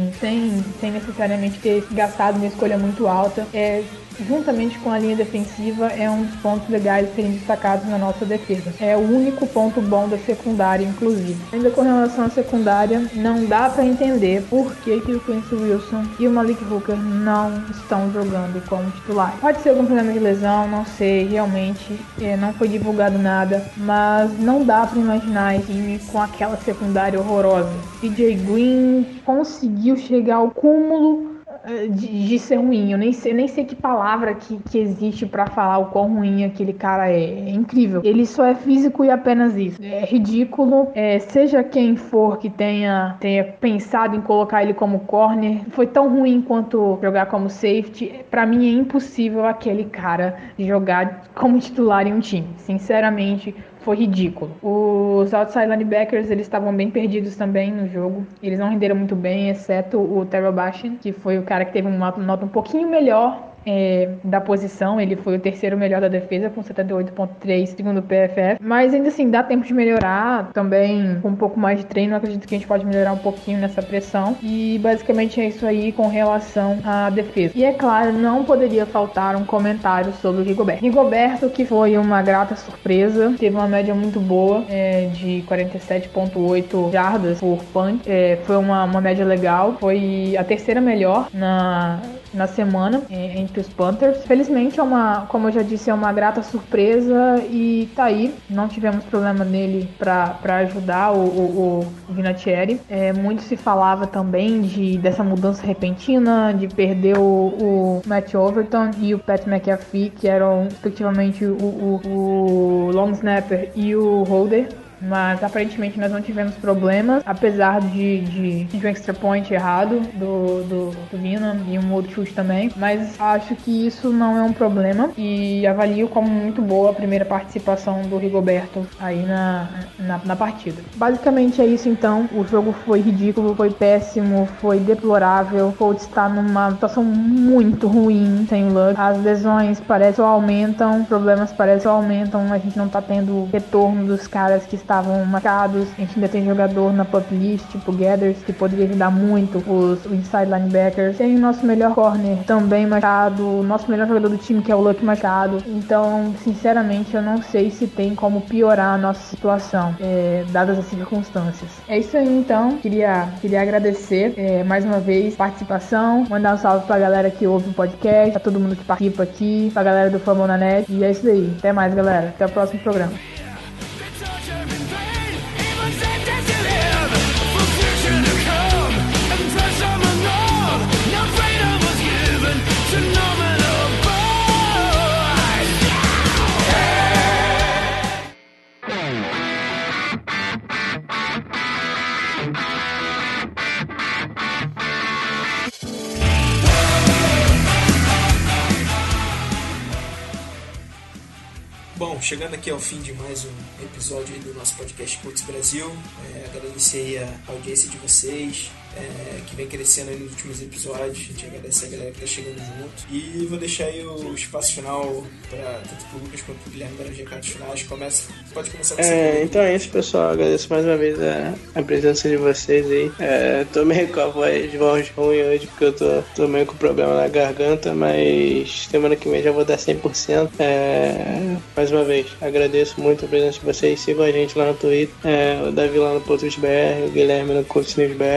sem necessariamente ter gastado uma escolha muito alta. Juntamente com a linha defensiva, é um dos pontos legais a serem destacados na nossa defesa. É o único ponto bom da secundária, inclusive. Ainda com relação à secundária, não dá pra entender por que o Quincy Wilson e o Malik Hooker não estão jogando como titular. Pode ser algum problema de lesão, não sei, realmente não foi divulgado nada, mas não dá pra imaginar esse time com aquela secundária horrorosa. DJ Green conseguiu chegar ao cúmulo de ser ruim. Eu nem sei que palavra que existe pra falar o quão ruim aquele cara é. É incrível. Ele só é físico e apenas isso. É ridículo. Seja quem for que tenha pensado em colocar ele como corner, foi tão ruim quanto jogar como safety. Pra mim é impossível aquele cara jogar como titular em um time. Sinceramente, foi ridículo. Os outside linebackers, eles estavam bem perdidos também no jogo. Eles não renderam muito bem, exceto o Terrell Bashin, que foi o cara que teve uma nota um pouquinho melhor da posição. Ele foi o terceiro melhor da defesa com 78.3 segundo o PFF, mas ainda assim dá tempo de melhorar. Também com um pouco mais de treino, acredito que a gente pode melhorar um pouquinho nessa pressão. E basicamente é isso aí com relação à defesa. E é claro, não poderia faltar um comentário sobre o Rigoberto, que foi uma grata surpresa, teve uma média muito boa de 47.8 jardas por punt. Foi uma média legal, foi a terceira melhor na semana entre os Panthers. Felizmente, como eu já disse, é uma grata surpresa e tá aí. Não tivemos problema nele pra ajudar o Vinatieri. Muito se falava também dessa mudança repentina, de perder o Matt Overton e o Pat McAfee, que eram respectivamente o long snapper e o holder. Mas aparentemente nós não tivemos problemas, apesar de um extra point errado do Vina e um outro chute também. Mas acho que isso não é um problema e avalio como muito boa a primeira participação do Rigoberto aí na partida. Basicamente é isso então. O jogo foi ridículo, foi péssimo, foi deplorável. O Colts está numa situação muito ruim sem o Luck. As lesões parecem que aumentam, os problemas parecem que aumentam. A gente não tá tendo retorno dos caras que estavam marcados. A gente ainda tem jogador na pup list, tipo Gathers, que poderia ajudar muito os inside linebackers. Tem o nosso melhor corner também machucado, o nosso melhor jogador do time, que é o Luck, machucado. Então, sinceramente, eu não sei se tem como piorar a nossa situação, dadas as circunstâncias. É isso aí, então. Queria agradecer mais uma vez a participação, mandar um salve pra galera que ouve o podcast, pra todo mundo que participa aqui, pra galera do Fumble na Net. E é isso aí. Até mais, galera. Até o próximo programa. Bom, chegando aqui ao fim de mais um episódio do nosso podcast Colts Brasil, agradecer aí a audiência de vocês, que vem crescendo aí nos últimos episódios. A gente agradece a galera que tá chegando junto. E vou deixar aí o espaço final para tanto pro Lucas quanto pro Guilherme darem os recados finais. Pode começar com você. Então é isso, pessoal. Agradeço mais uma vez a presença de vocês aí. Tô meio com a voz ruim hoje, porque eu tô meio com problema na garganta, mas semana que vem já vou dar 100%. Mais uma vez, agradeço muito a presença de vocês. Sigam a gente lá no Twitter, o Davi lá no PotosBR, o Guilherme no CoachNewsBR.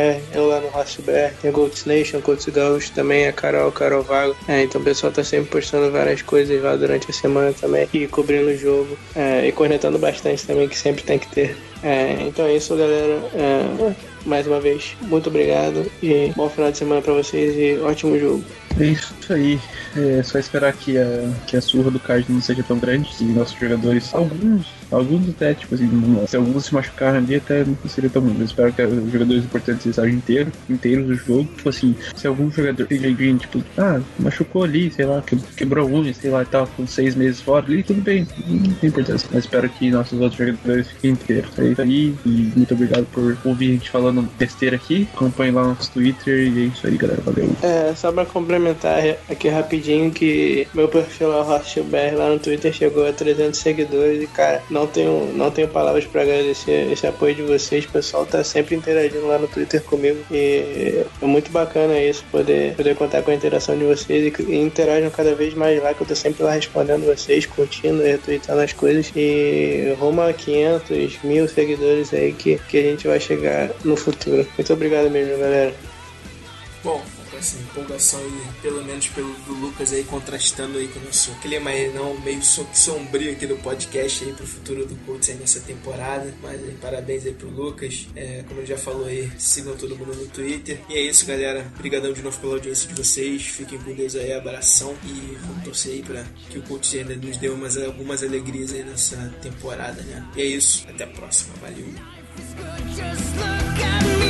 eu lá no Hostbear, tem o Colts Nation, Colts Gaúcho também, a Carol Vago. Então o pessoal tá sempre postando várias coisas lá durante a semana também e cobrindo o jogo e cornetando bastante também, que sempre tem que ter. Então é isso, galera. Mais uma vez, muito obrigado e bom final de semana pra vocês e ótimo jogo. É isso aí. É só esperar que a surra do card não seja tão grande, e nossos jogadores, alguns até, tipo assim, se alguns se machucarem ali, até não seria tão ruim. Eu espero que os jogadores importantes estejam inteiros do jogo. Tipo assim, se algum jogador tipo, machucou ali, sei lá, quebrou a unha, sei lá, e tal, com 6 meses fora ali, tudo bem, não tem importância. Mas espero que nossos outros jogadores fiquem inteiros. É isso aí, e muito obrigado por ouvir a gente falando besteira aqui. Acompanhe lá no nosso Twitter e é isso aí, galera. Valeu. Só pra complementar aqui rapidinho, que meu perfil lá, HostBR, lá no Twitter chegou a 300 seguidores e, cara, não tenho palavras pra agradecer esse apoio de vocês. O pessoal tá sempre interagindo lá no Twitter comigo e é muito bacana isso, poder contar com a interação de vocês e interajam cada vez mais lá, que eu tô sempre lá respondendo vocês, curtindo e retweetando as coisas, e rumo a 500, 1000 seguidores aí que a gente vai chegar no futuro. Muito obrigado mesmo, galera. Bom, essa empolgação aí, pelo menos do Lucas aí, contrastando aí com o nosso clima aí, não meio sombrio aqui do podcast aí pro futuro do Colts aí nessa temporada. Mas aí, parabéns aí pro Lucas. Como ele já falou aí, sigam todo mundo no Twitter. E é isso, galera. Obrigadão de novo pela audiência de vocês. Fiquem com Deus aí, abração. E vamos torcer aí pra que o Colts ainda nos dê algumas alegrias aí nessa temporada, né? E é isso. Até a próxima. Valeu. Just look at me.